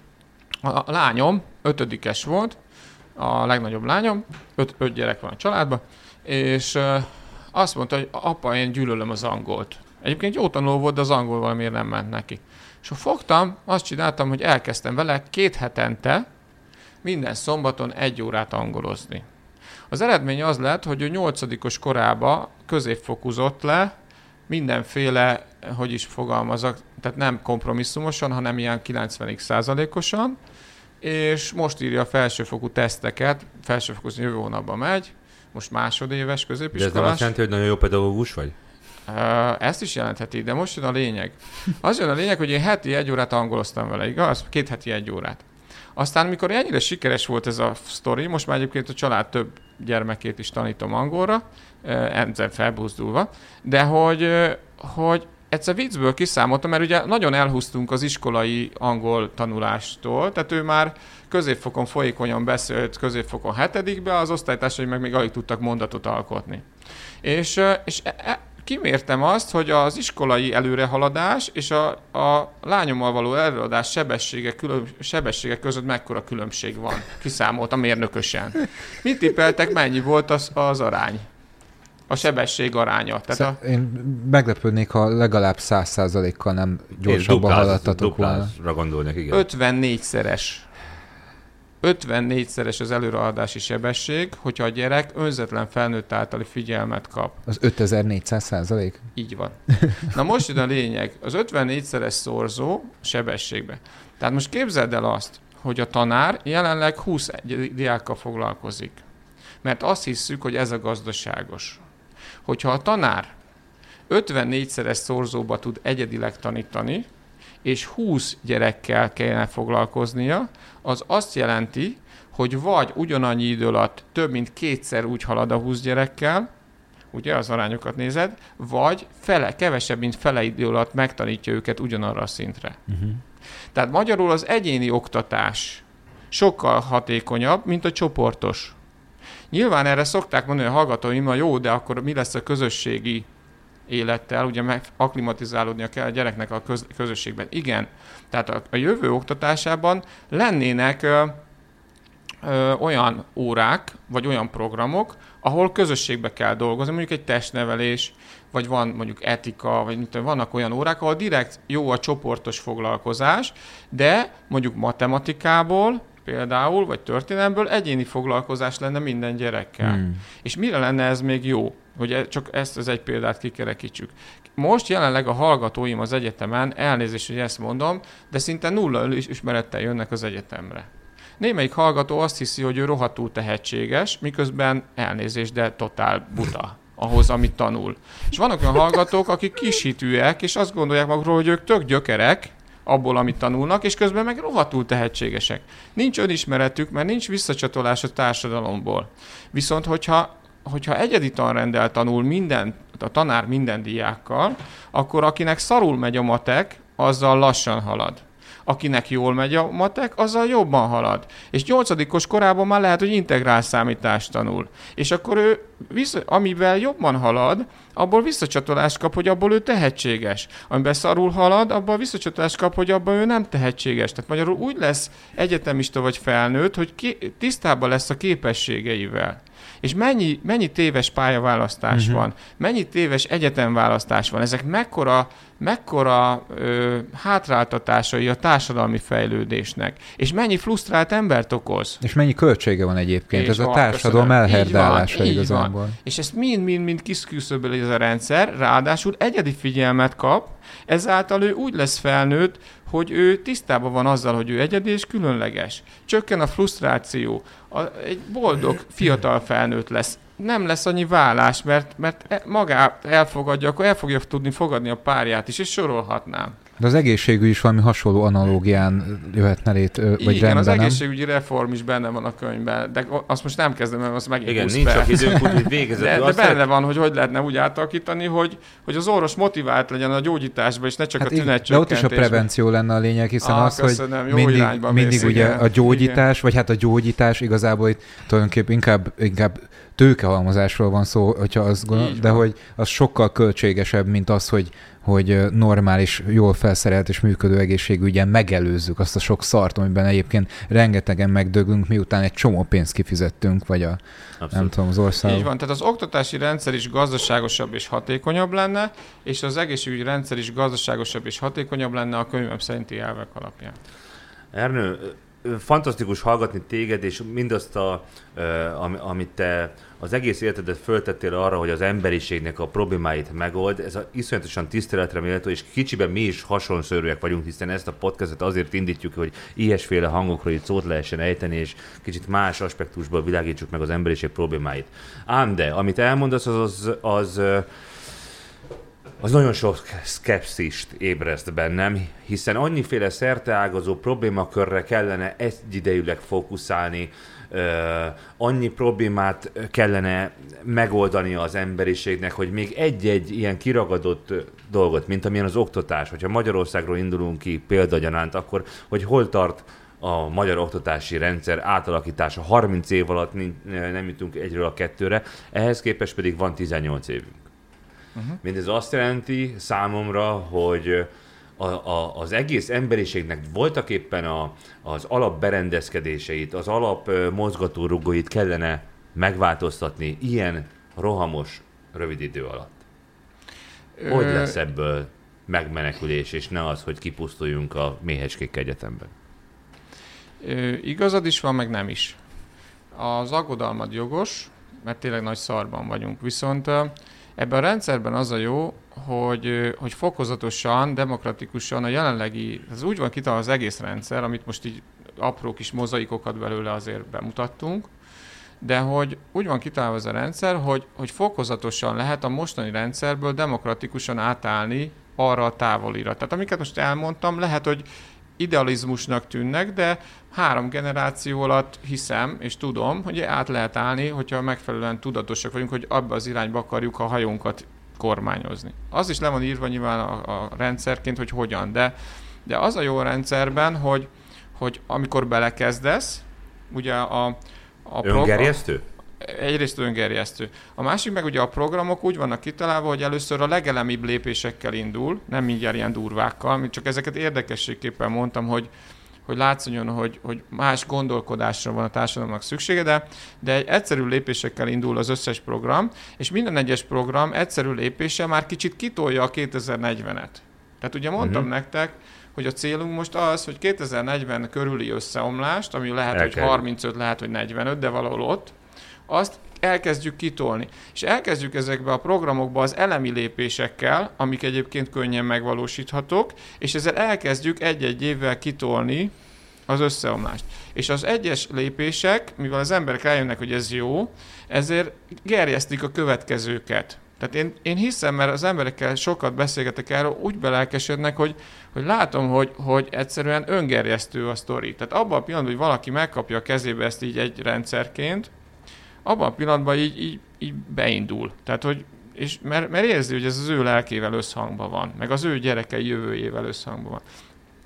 a lányom 5-es volt, a legnagyobb lányom, 5 gyerek van a családban, és azt mondta, hogy apa, én gyűlölöm az angolt. Egyébként jó tanuló volt, de az angol valamiért nem ment neki. És fogtam, azt csináltam, hogy elkezdtem vele 2 hetente minden szombaton 1 órát angolozni. Az eredmény az lett, hogy ő 8-os korába középfokuzott le, mindenféle, hogy is fogalmazok, tehát nem kompromisszumosan, hanem ilyen 90%-osan, és most írja a felsőfokú teszteket, felsőfokú jövő hónapban megy, most másodéves középiskolás. De ez nem azt jelenti, hogy nagyon jó pedagógus vagy? Ezt is jelentheti, de most jön a lényeg. Az jön a lényeg, hogy én heti 1 órát angoloztam vele, igaz? 2 heti 1 órát. Aztán, mikor ennyire sikeres volt ez a sztori, most már egyébként a család több gyermekét is tanítom angolra, ezzel felbuzdulva, de hogy egyszer viccből kiszámoltam, mert ugye nagyon elhúztunk az iskolai angol tanulástól, tehát ő már középfokon folyékonyan beszélt, középfokon 7-be, az osztálytársai meg még alig tudtak mondatot alkotni. És kimértem azt, hogy az iskolai előrehaladás és a lányommal való előadás sebessége között mekkora különbség van. Kiszámoltam mérnökösen. Mit tippeltek, mennyi volt az arány? A sebesség aránya. Tehát én meglepődnék, ha legalább 100%-kal nem gyorsabban haladtatok volna. Gondolnék, igen. 54-szeres az előreadási sebesség, hogyha a gyerek önzetlen felnőtt általi figyelmet kap. Az 5400%? Így van. Na most jön a lényeg. Az 54-szeres szorzó sebességbe. Tehát most képzeld el azt, hogy a tanár jelenleg 20 diákkal foglalkozik. Mert azt hisszük, hogy ez a gazdaságos. Hogyha a tanár 54-szeres szorzóba tud egyedileg tanítani, és 20 gyerekkel kellene foglalkoznia, az azt jelenti, hogy vagy ugyanannyi idő alatt több mint 2-szer úgy halad a 20 gyerekkel, ugye az arányokat nézed, vagy kevesebb, mint fele idő alatt megtanítja őket ugyanarra a szintre. Uh-huh. Tehát magyarul az egyéni oktatás sokkal hatékonyabb, mint a csoportos. Nyilván erre szokták mondani a hallgatóim, jó, de akkor mi lesz a közösségi élettel, ugye akklimatizálódnia kell a gyereknek a közösségben. Igen, tehát a jövő oktatásában lennének olyan órák, vagy olyan programok, ahol közösségbe kell dolgozni, mondjuk egy testnevelés, vagy van mondjuk etika, vagy vannak olyan órák, ahol direkt jó a csoportos foglalkozás, de mondjuk matematikából például, vagy történelemből egyéni foglalkozás lenne minden gyerekkel. És mire lenne ez még jó? Hogy csak ezt az egy példát kikerekítsük. Most jelenleg a hallgatóim az egyetemen, elnézést, hogy ezt mondom, de szinte nulla ismerettel jönnek az egyetemre. Némelyik hallgató azt hiszi, hogy ő rohadtul tehetséges, miközben elnézést, de totál buta ahhoz, amit tanul. És vannak olyan hallgatók, akik kishitűek, és azt gondolják magukról, hogy ők tök gyökerek abból, amit tanulnak, és közben meg rohadtul tehetségesek. Nincs önismeretük, mert nincs visszacsatolás a társadalomból. Viszont, hogyha egyedi tanrenddel tanul a tanár minden diákkal, akkor akinek szarul megy a matek, azzal lassan halad. akinek jól megy a matek, azzal jobban halad. És 8-os korában már lehet, hogy integrál számítást tanul. És akkor ő, amivel jobban halad, abból visszacsatolást kap, hogy abból ő tehetséges. Amiben szarul halad, abból visszacsatolást kap, hogy abból ő nem tehetséges. Tehát magyarul úgy lesz egyetemista vagy felnőtt, hogy tisztában lesz a képességeivel. És mennyi téves pályaválasztás van, mennyi téves egyetemválasztás van, ezek mekkora hátráltatásai a társadalmi fejlődésnek, és mennyi frusztrált embert okoz. És mennyi költsége van egyébként, ez a társadalom elherdálása igazából. És ezt mind kiszküszöböl ez a rendszer, ráadásul egyedi figyelmet kap, ezáltal ő úgy lesz felnőtt, hogy ő tisztában van azzal, hogy ő egyedi és különleges. Csökken a frusztráció, egy boldog fiatal felnőtt lesz. Nem lesz annyi vállás, mert magát elfogadja, akkor el fogja tudni fogadni a párját is, és sorolhatnám. De az egészségügy is valami hasonló analógián jöhetne vagy rendben, igen, az nem? egészségügyi reform is benne van a könyvben, de azt most nem kezdem, mert azt megint igen, nincs csak időnk, úgyhogy végezetül. De benne van, hogy lehetne úgy átalakítani, hogy az orvos motivált legyen a gyógyításban, és ne csak a tünetcsökkentésben. De ott is a prevenció lenne a lényeg, hiszen az, köszönöm, hogy mindig ugye a gyógyítás, vagy hát a gyógyítás igazából itt tulajdonképpen inkább tőkehalmozásról van szó, hogyha azt gondolom, de hogy az sokkal költségesebb, mint az, hogy normális, jól felszerelt és működő egészségügyen megelőzzük azt a sok szart, amiben egyébként rengetegen megdöglünk, miután egy csomó pénzt kifizettünk, vagy nem tudom, az ország. Így van, tehát az oktatási rendszer is gazdaságosabb és hatékonyabb lenne, és az egészségügyi rendszer is gazdaságosabb és hatékonyabb lenne a könyvem szerinti elvek alapján. Ernő, fantasztikus hallgatni téged, és mindazt, amit te az egész életedet föltettél arra, hogy az emberiségnek a problémáit megold. Ez iszonyatosan tiszteletre méltó, és kicsiben mi is hasonszörűek vagyunk, hiszen ezt a podcastet azért indítjuk, hogy ilyesféle hangokról itt szót lehessen ejteni, és kicsit más aspektusból világítsuk meg az emberiség problémáit. Ám de, amit elmondasz, az nagyon sok szkepszist ébreszt bennem, hiszen annyiféle szerteágazó problémakörre kellene egyidejűleg fókuszálni, annyi problémát kellene megoldani az emberiségnek, hogy még egy-egy ilyen kiragadott dolgot, mint amilyen az oktatás, hogyha Magyarországról indulunk ki példagyanánt, akkor hogy hol tart a magyar oktatási rendszer átalakítása. 30 év alatt nem jutunk egyről a kettőre, ehhez képest pedig van 18 évünk. Mindez azt jelenti számomra, hogy az egész emberiségnek voltak éppen az alapberendezkedéseit, az alap mozgatórugóit kellene megváltoztatni ilyen rohamos, rövid idő alatt. Hogy lesz ebből megmenekülés, és ne az, hogy kipusztuljunk a Méhecskék Egyetemben? Igazad is van, meg nem is. Az aggodalmad jogos, mert tényleg nagy szarban vagyunk. Viszont ebben a rendszerben az a jó, hogy fokozatosan, demokratikusan a jelenlegi, ez úgy van kitalálva az egész rendszer, amit most így apró kis mozaikokat belőle azért bemutattunk, de hogy úgy van kitalálva ez a rendszer, hogy fokozatosan lehet a mostani rendszerből demokratikusan átállni arra a távolira. Tehát amiket most elmondtam, lehet, hogy idealizmusnak tűnnek, de 3 generáció alatt hiszem, és tudom, hogy át lehet állni, hogyha megfelelően tudatosak vagyunk, hogy abba az irányba akarjuk a hajónkat kormányozni. Az is le van írva nyilván a rendszerként, hogy hogyan, de az a jó a rendszerben, hogy amikor belekezdesz, ugye a öngerjesztő? Egyrészt öngerjesztő. A másik meg ugye a programok úgy vannak kitalálva, hogy először a legelemibb lépésekkel indul, nem mindjárt ilyen durvákkal, csak ezeket érdekességképpen mondtam, hogy látszódjon, hogy más gondolkodásra van a társadalomnak szüksége, de egy egyszerű lépésekkel indul az összes program, és minden egyes program egyszerű lépése már kicsit kitolja a 2040-et. Tehát ugye mondtam nektek, hogy a célunk most az, hogy 2040 körüli összeomlást, ami lehet, hogy 35, lehet, hogy 45, de valahol ott, azt elkezdjük kitolni. És elkezdjük ezekbe a programokba az elemi lépésekkel, amik egyébként könnyen megvalósíthatók, és ezzel elkezdjük egy-egy évvel kitolni az összeomlást. És az egyes lépések, mivel az emberek rájönnek, hogy ez jó, ezért gerjesztik a következőket. Tehát én hiszem, mert az emberekkel sokat beszélgetek erről, úgy belelkesednek, hogy látom, hogy egyszerűen öngerjesztő a sztori. Tehát abban a pillanatban, hogy valaki megkapja a kezébe ezt így egy rendszerként, abban a pillanatban így beindul. Tehát, mert érzi, hogy ez az ő lelkével összhangban van, meg az ő gyerekei jövőjével összhangban van.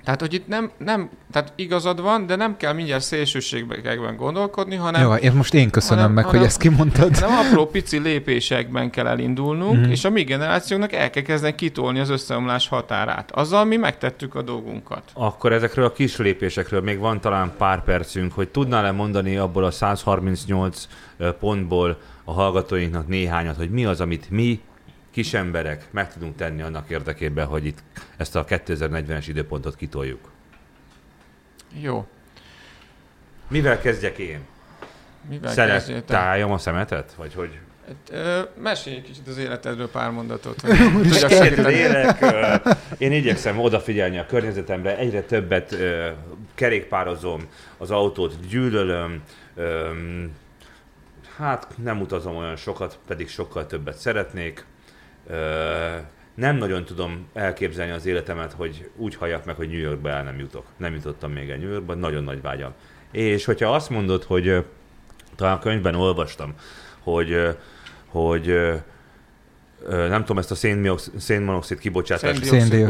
Tehát, hogy itt nem, tehát igazad van, de nem kell mindjárt szélsőségekben gondolkodni, hanem... Jó, most én köszönöm meg, hogy ezt kimondtad. Hanem apró pici lépésekben kell elindulnunk, és a mi generációnak el kell kezdeni kitolni az összeomlás határát. Azzal mi megtettük a dolgunkat. Akkor ezekről a kis lépésekről még van talán pár percünk, hogy tudnál-e mondani abból a 138 pontból a hallgatóinknak néhányat, hogy mi az, amit mi, kis emberek meg tudunk tenni annak érdekében, hogy itt ezt a 2040-es időpontot kitoljuk. Jó. Mivel kezdjek én? Szelektáljam a szemetet? Vagy hogy? Mesélj egy kicsit az életedről pár mondatot. Én igyekszem odafigyelni a környezetemre, egyre többet kerékpározom, az autót gyűlölöm, hát nem utazom olyan sokat, pedig sokkal többet szeretnék. Nem nagyon tudom elképzelni az életemet, hogy úgy halljak meg, hogy New Yorkba el nem jutok. Nem jutottam még el New Yorkba, nagyon nagy vágyam. És hogyha azt mondod, hogy talán a könyvben olvastam, hogy nem tudom, ezt a szénmonoxid kibocsátást,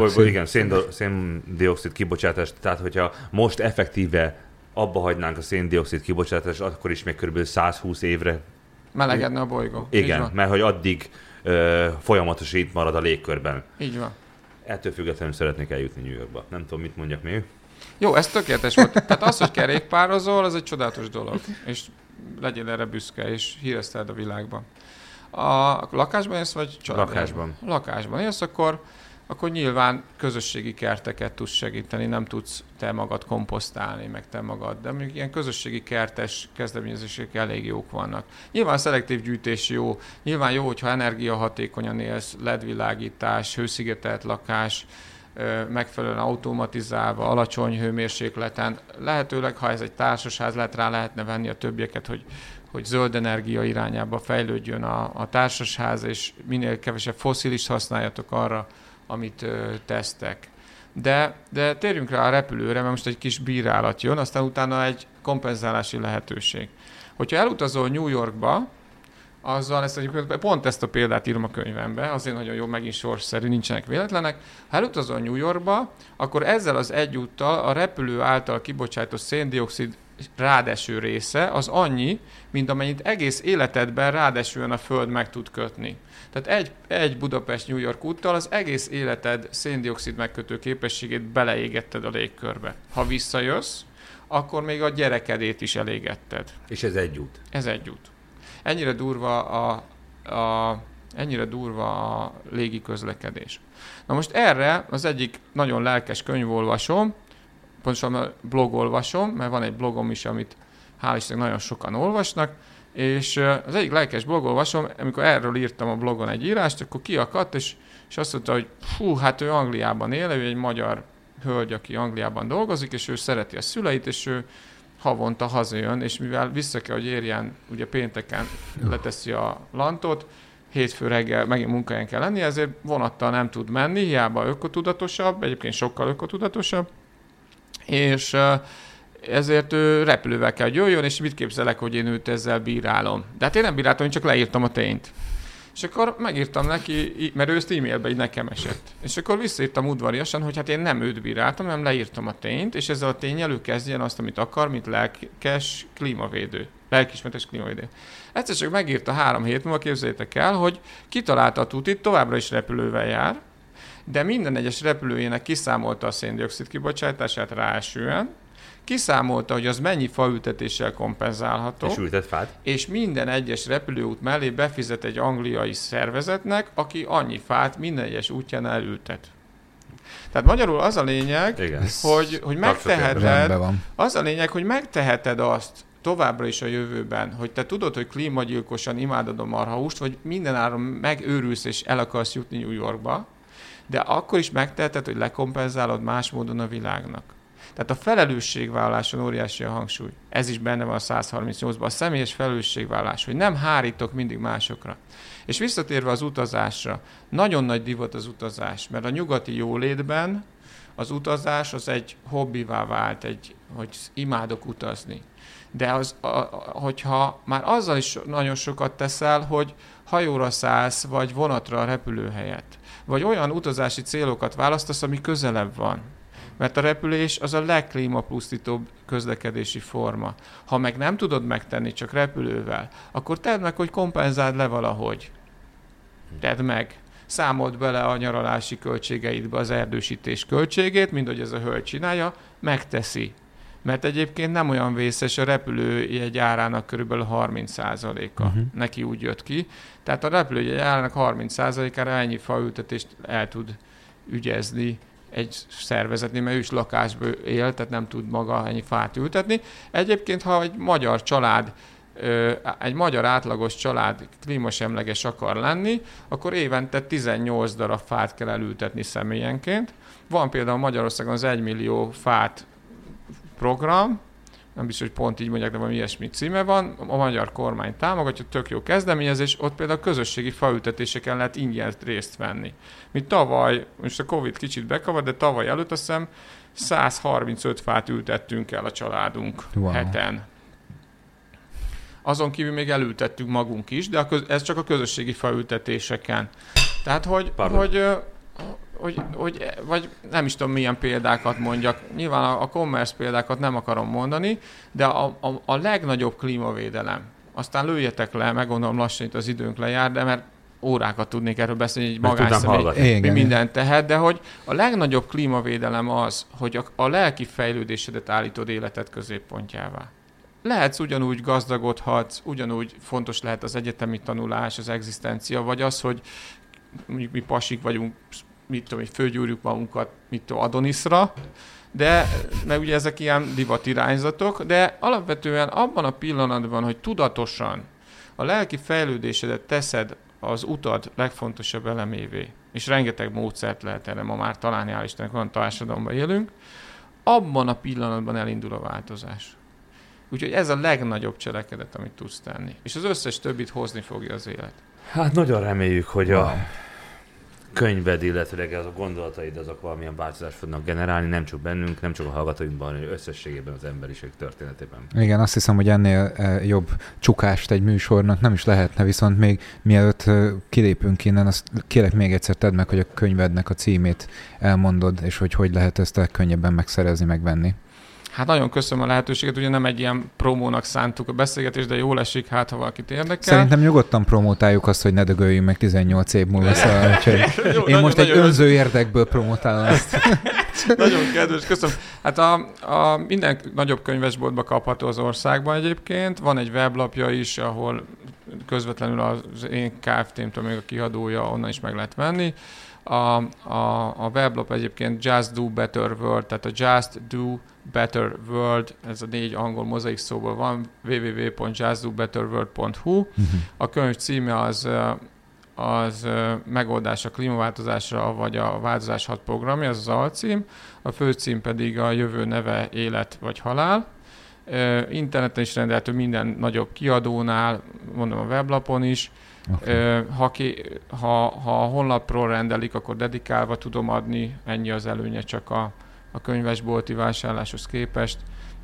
széndioxid kibocsátást, tehát hogyha most effektíve abba hagynánk a széndioxid kibocsátást, akkor is még kb. 120 évre melegedne a bolygó. Igen, mert hogy addig folyamatosan itt marad a légkörben. Így van. Ettől függetlenül szeretnék eljutni New Yorkba. Nem tudom, mit mondjak még. Jó, ez tökéletes volt. Tehát az, hogy kerékpározol, az egy csodálatos dolog. És legyél erre büszke, és hírezted a világban. A lakásban élsz, vagy családban? Lakásban. Lakásban élsz, akkor nyilván közösségi kerteket tudsz segíteni, nem tudsz te magad komposztálni, meg te magad, de mondjuk ilyen közösségi kertes kezdeményezések elég jók vannak. Nyilván szelektív gyűjtés jó, nyilván jó, hogyha energiahatékonyan élsz, LED-világítás, hőszigetelt lakás, megfelelően automatizálva, alacsony hőmérsékleten. Lehetőleg, ha ez egy társasház, lehetne venni a többieket, hogy zöld energia irányába fejlődjön a társasház, és minél kevesebb fosszilis használjatok arra, amit tesztek. De térjünk rá a repülőre, mert most egy kis bírálat jön, aztán utána egy kompenzálási lehetőség. Hogyha elutazol New Yorkba, azzal pont ezt a példát írom a könyvembe, azért nagyon jó, megint sorsszerű, nincsenek véletlenek. Ha elutazol New Yorkba, akkor ezzel az egyúttal a repülő által kibocsátott széndioxid rádeső része az annyi, mint amennyit egész életedben rádesően a Föld meg tud kötni. Tehát egy Budapest-New York úttal az egész életed széndioxid megkötő képességét beleégetted a légkörbe. Ha visszajössz, akkor még a gyerekedét is elégetted. És ez egy út? Ez egy út. Ennyire durva a légi közlekedés. Na most erre az egyik nagyon lelkes könyvolvasom, pontosan blogolvasom, mert van egy blogom is, amit hál' Istennek nagyon sokan olvasnak, és az egyik lelkes blogolvasom, amikor erről írtam a blogon egy írást, akkor kiakadt, és azt mondta, hogy hát ő Angliában él, ő egy magyar hölgy, aki Angliában dolgozik, és ő szereti a szüleit, és ő havonta hazajön, és mivel vissza kell, hogy érjen, ugye pénteken leteszi a lantot, hétfő reggel megint munkahelyen kell lenni, ezért vonattal nem tud menni, hiába ökotudatosabb, egyébként sokkal ökotudatosabb, és ezért ő repülővel kell, hogy jöjjön, és mit képzelek, hogy én őt ezzel bírálom. De hát én nem bíráltam, én csak leírtam a tényt. És akkor megírtam neki, mert ő ezt e-mailbe így nekem esett. És akkor visszaírtam udvariasan, hogy hát én nem őt bíráltam, hanem leírtam a tényt, és ezzel a ténnyel ő kezdjen azt, amit akar, mint lelkismentes klímavédő. Egyszer csak megírta 3 hét múlva, képzeljétek el, hogy kitalálta a tutit, továbbra is repülővel jár, de minden egyes repülőjének kiszámolta a széndioxid kibocsátását ráesően, kiszámolta, hogy az mennyi faültetéssel kompenzálható. És ültet fát. És minden egyes repülőút mellé befizet egy angliai szervezetnek, aki annyi fát minden egyes útján elültet. Tehát magyarul az a lényeg, hogy megteheted, az a lényeg, hogy megteheted azt továbbra is a jövőben, hogy te tudod, hogy klímagyilkosan imádod a marhahúst, vagy mindenáron megőrülsz és el akarsz jutni New Yorkba, de akkor is megteheted, hogy lekompenzálod más módon a világnak. Tehát a felelősségvállaláson óriási a hangsúly. Ez is benne van a 138-ban, a személyes felelősségvállalás, hogy nem hárítok mindig másokra. És visszatérve az utazásra, nagyon nagy divat az utazás, mert a nyugati jólétben az utazás az egy hobbivá vált, hogy imádok utazni. De hogyha már azzal is nagyon sokat teszel, hogy hajóra szállsz, vagy vonatra a repülőhelyet, vagy olyan utazási célokat választasz, ami közelebb van. Mert a repülés az a legklímapusztítóbb közlekedési forma. Ha meg nem tudod megtenni csak repülővel, akkor tedd meg, hogy kompenzáld le valahogy. Tedd meg. Számold bele a nyaralási költségeidbe az erdősítés költségét, mint hogy ez a hölgy csinálja, megteszi. Mert egyébként nem olyan vészes, a repülőjegy árának körülbelül 30%-a. Neki úgy jött ki. Tehát a repülőjegy árának 30%-ára ennyi faültetést el tud ügyezni egy szervezetnél, mert ő is lakásból él, tehát nem tud maga ennyi fát ültetni. Egyébként, ha egy magyar család, egy magyar átlagos család klímasemleges akar lenni, akkor évente 18 darab fát kell elültetni személyenként. Van például Magyarországon az 1 millió fát program, nem biztos, hogy pont így mondják, de valami ilyesmi címe van, a magyar kormány támogatja, tök jó kezdeményezés, ott például közösségi faültetéseken lehet ingyen részt venni. Mi tavaly, most a Covid kicsit bekavad, de tavaly előtt azt hiszem 135 fát ültettünk el a családunk heten. Azon kívül még elültettünk magunk is, de ez csak a közösségi faültetéseken. Tehát, vagy nem is tudom, milyen példákat mondjak. Nyilván a commerce példákat nem akarom mondani, de a legnagyobb klímavédelem. Aztán lőjetek le, meggondolom lassan itt az időnk lejár, de mert órákat tudnék erről beszélni, hogy magánszemély mi mindent tehet, de hogy a legnagyobb klímavédelem az, hogy a lelki fejlődésedet állítod életed középpontjává. Lehetsz ugyanúgy gazdagodhatsz, ugyanúgy fontos lehet az egyetemi tanulás, az egzisztencia, vagy az, hogy mondjuk mi pasik vagyunk, mit tudom, fölgyúrjuk magunkat, Adoniszra, de mert ugye ezek ilyen divatirányzatok, de alapvetően abban a pillanatban, hogy tudatosan a lelki fejlődésedet teszed az utad legfontosabb elemévé, és rengeteg módszert lehet erre ma már találni, hál' Istennek olyan társadalomban élünk, abban a pillanatban elindul a változás. Úgyhogy ez a legnagyobb cselekedet, amit tudsz tenni. És az összes többit hozni fogja az élet. Hát nagyon reméljük, hogy a könyved, illetőleg az a gondolataid, azok valamilyen változást fognak generálni, nem csak bennünk, nem csak a hallgatóinkban, hanem összességében az emberiség történetében. Igen, azt hiszem, hogy ennél jobb csukást egy műsornak nem is lehetne, viszont még mielőtt kilépünk innen, azt kérlek még egyszer tedd meg, hogy a könyvednek a címét elmondod, és hogy lehet ezt könnyebben megszerezni, megvenni. Hát nagyon köszönöm a lehetőséget, ugye nem egy ilyen promónak szántuk a beszélgetést, de jól esik, hát ha valakit érdekel. Szerintem nyugodtan promótáljuk azt, hogy ne dögöljünk meg 18 év múlva, szóval, úgyhogy én most egy önző érdekből promótálom ezt. Nagyon kedves, köszönöm. Hát minden nagyobb könyvesboltba kapható az országban egyébként. Van egy weblapja is, ahol közvetlenül az én Kft-mtől még a kiadója, onnan is meg lehet venni. A weblap egyébként Just Do Better World, tehát a Just Do Better World, ez a 4 angol mozaik szóból van, www.justdobetterworld.hu. A könyv címe az megoldás a klímaváltozásra, vagy a változás 6 programja, ez az alcím. A főcím pedig a jövő neve, élet vagy halál. Interneten is rendelhető minden nagyobb kiadónál, mondom a weblapon is. Okay. Ha a honlapról rendelik, akkor dedikálva tudom adni, ennyi az előnye csak a könyvesbolti vásárláshoz képest.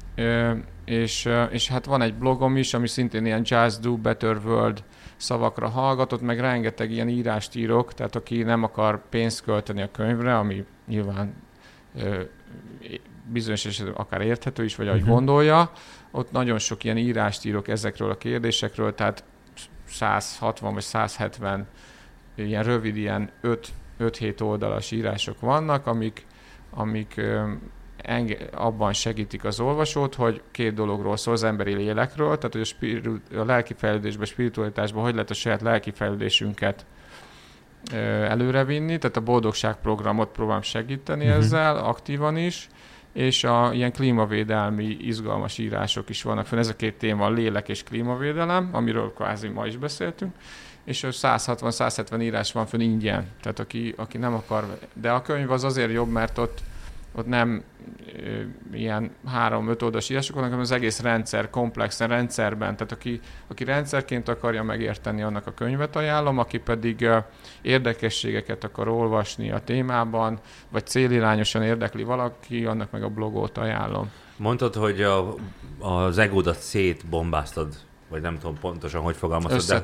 És hát van egy blogom is, ami szintén ilyen Just Do Better World szavakra hallgatott, meg rengeteg ilyen írást írok, tehát aki nem akar pénzt költeni a könyvre, ami nyilván bizonyos esetben akár érthető is, vagy ahogy gondolja, ott nagyon sok ilyen írást írok ezekről a kérdésekről, tehát 160 vagy 170 ilyen rövid, ilyen 5-7 oldalas írások vannak, amik abban segítik az olvasót, hogy 2 dologról szól, az emberi lélekről, tehát hogy a lelki fejlődésben, spiritualitásban hogy lehet a saját lelki fejlődésünket előrevinni, tehát a boldogságprogramot próbálom segíteni ezzel, aktívan is, és ilyen klímavédelmi izgalmas írások is vannak fönn. Ez a 2 téma, a lélek és klímavédelem, amiről kvázi ma is beszéltünk, és 160-170 írás van fönn ingyen, tehát aki nem akar, de a könyv az azért jobb, mert ott nem ilyen 3-5 oldalas írások vannak, hanem az egész rendszer, komplexen rendszerben, tehát aki rendszerként akarja megérteni, annak a könyvet ajánlom, aki pedig érdekességeket akar olvasni a témában, vagy célirányosan érdekli valaki, annak meg a blogot ajánlom. Mondtad, hogy az egódat szétbombáztad, vagy nem tudom pontosan, hogy fogalmaztad,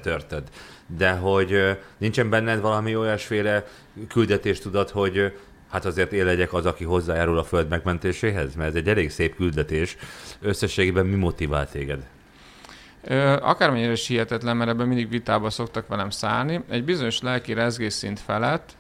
összetörted. De hogy nincsen benned valami olyasféle küldetéstudat, hogy hát azért én legyek az, aki hozzájárul a föld megmentéséhez? Mert ez egy elég szép küldetés. Összességében mi motivál téged? Akármennyire is hihetetlen, mert ebben mindig vitába szoktak velem szállni. Egy bizonyos lelki rezgésszint felett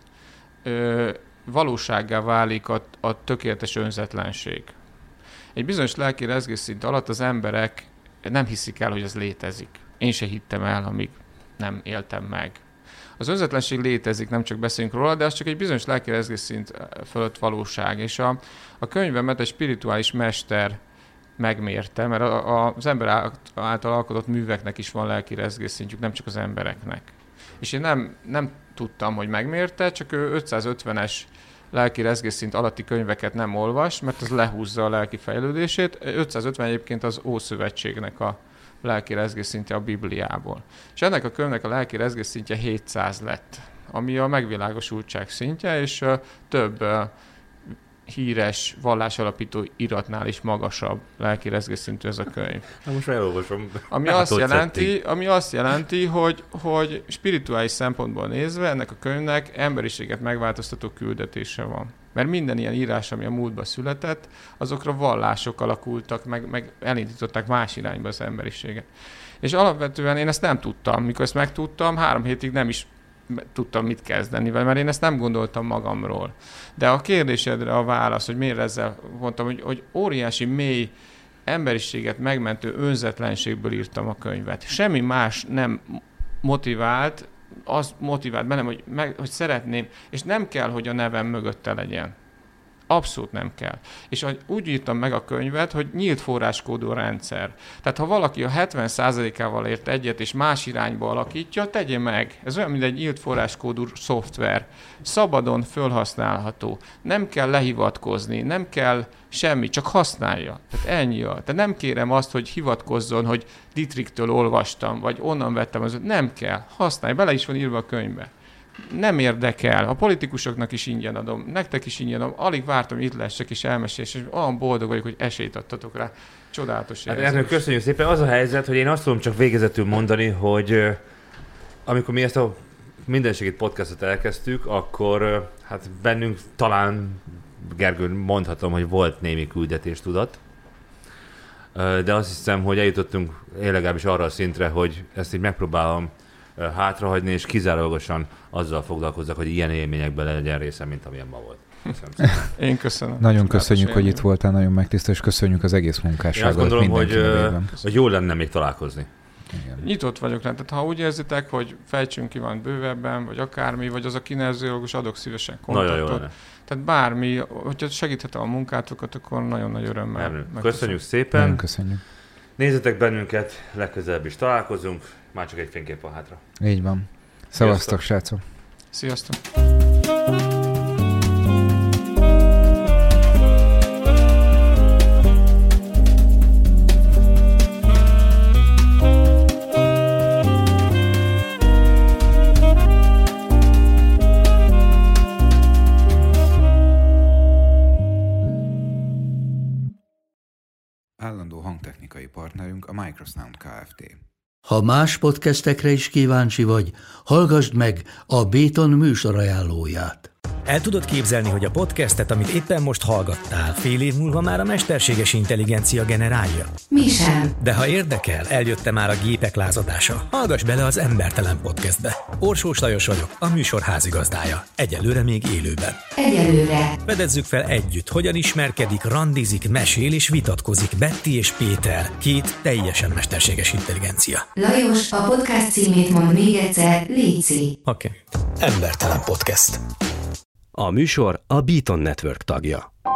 valósággá válik a tökéletes önzetlenség. Egy bizonyos lelki rezgésszint alatt az emberek nem hiszik el, hogy ez létezik. Én se hittem el, amíg nem éltem meg. Az önzetlenség létezik, nem csak beszélünk róla, de az csak egy bizonyos lelki rezgésszint fölött valóság. És a könyvemet egy spirituális mester megmérte, mert az ember által alkotott műveknek is van lelki rezgésszintjük, nem csak az embereknek. És én nem tudtam, hogy megmérte, csak ő 550-es lelki rezgésszint alatti könyveket nem olvas, mert az lehúzza a lelki fejlődését. 550 egyébként az Ószövetségnek a lelki rezgésszintje a Bibliából. És ennek a könyvnek a lelki rezgésszintje 700 lett, ami a megvilágosultság szintje, és több híres vallásalapító iratnál is magasabb lelki rezgésszintű ez a könyv. Na most elolvasom. Ami azt jelenti, hogy spirituális szempontból nézve ennek a könyvnek emberiséget megváltoztató küldetése van. Mert minden ilyen írás, ami a múltban született, azokra vallások alakultak, meg elindították más irányba az emberiséget. És alapvetően én ezt nem tudtam. Mikor ezt megtudtam, 3 hétig nem is tudtam mit kezdeni vele, mert én ezt nem gondoltam magamról. De a kérdésedre a válasz, hogy miért ezzel mondtam, hogy óriási, mély emberiséget megmentő önzetlenségből írtam a könyvet. Semmi más nem motivált, az motivált bennem, hogy szeretném, és nem kell, hogy a nevem mögötte legyen. Abszolút nem kell. És úgy írtam meg a könyvet, hogy nyílt forráskódú rendszer. Tehát ha valaki a 70%-ával ért egyet, és más irányba alakítja, tegye meg. Ez olyan, mint egy nyílt forráskódú szoftver. Szabadon fölhasználható. Nem kell lehivatkozni, nem kell semmi, csak használja. Tehát ennyi. Tehát nem kérem azt, hogy hivatkozzon, hogy Dietrichtől olvastam, vagy onnan vettem az. Nem kell. Használj. Bele is van írva a könyvbe. Nem érdekel. A politikusoknak is ingyen adom, nektek is ingyen adom. Alig vártam, itt lessek és elmesélés, és olyan boldog vagyok, hogy esélyt adtatok rá. Csodálatos érzés. Hát köszönjük szépen. Az a helyzet, hogy én azt tudom csak végezetül mondani, hogy amikor mi ezt a Mindenségét podcastot elkezdtük, akkor hát bennünk talán, Gergő, mondhatom, hogy volt némi küldetéstudat. De azt hiszem, hogy eljutottunk én legalábbis arra a szintre, hogy ezt így megpróbálom hátrahagyni, és kizárólagosan azzal foglalkozzak, hogy ilyen élményekben legyen részem, mint amilyen ma volt. Köszönöm. Én köszönöm. Nagyon köszönjük, hogy itt voltál, nagyon megtisztel, és köszönjük az egész munkásságot. Én azt gondolom, hogy jó lenne még találkozni. Igen. Nyitott vagyok rá, tehát ha úgy érzitek, hogy fejtsünk ki van bővebben, vagy akármi, vagy az a kineziológus, adok szívesen kontaktot. Tehát bármi, hogyha segíthetem a munkátokat, akkor nagyon nagy örömmel. Köszönjük szépen. Nagyon köszönjük. Nézzetek bennünket, legközelebb is találkozunk. Már csak egy fénykép van hátra. Így van. Szevasztok, srácok. Sziasztok. Állandó hangtechnikai partnerünk a Microsound Kft. Ha más podcastekre is kíváncsi vagy, hallgassd meg a Béton műsor ajánlóját. El tudod képzelni, hogy a podcastet, amit éppen most hallgattál, fél év múlva már a mesterséges intelligencia generálja? Mi sem. De ha érdekel, eljött már a gépek lázadása. Hallgass bele az Embertelen Podcastbe. Orsós Lajos vagyok, a műsor házigazdája. Egyelőre még élőben. Egyelőre. Fedezzük fel együtt, hogyan ismerkedik, randizik, mesél és vitatkozik Betty és Péter, 2 teljesen mesterséges intelligencia. Lajos, a podcast címét mond még egyszer, léci. Oké. Embertelen Podcast. A műsor a Beaton Network tagja.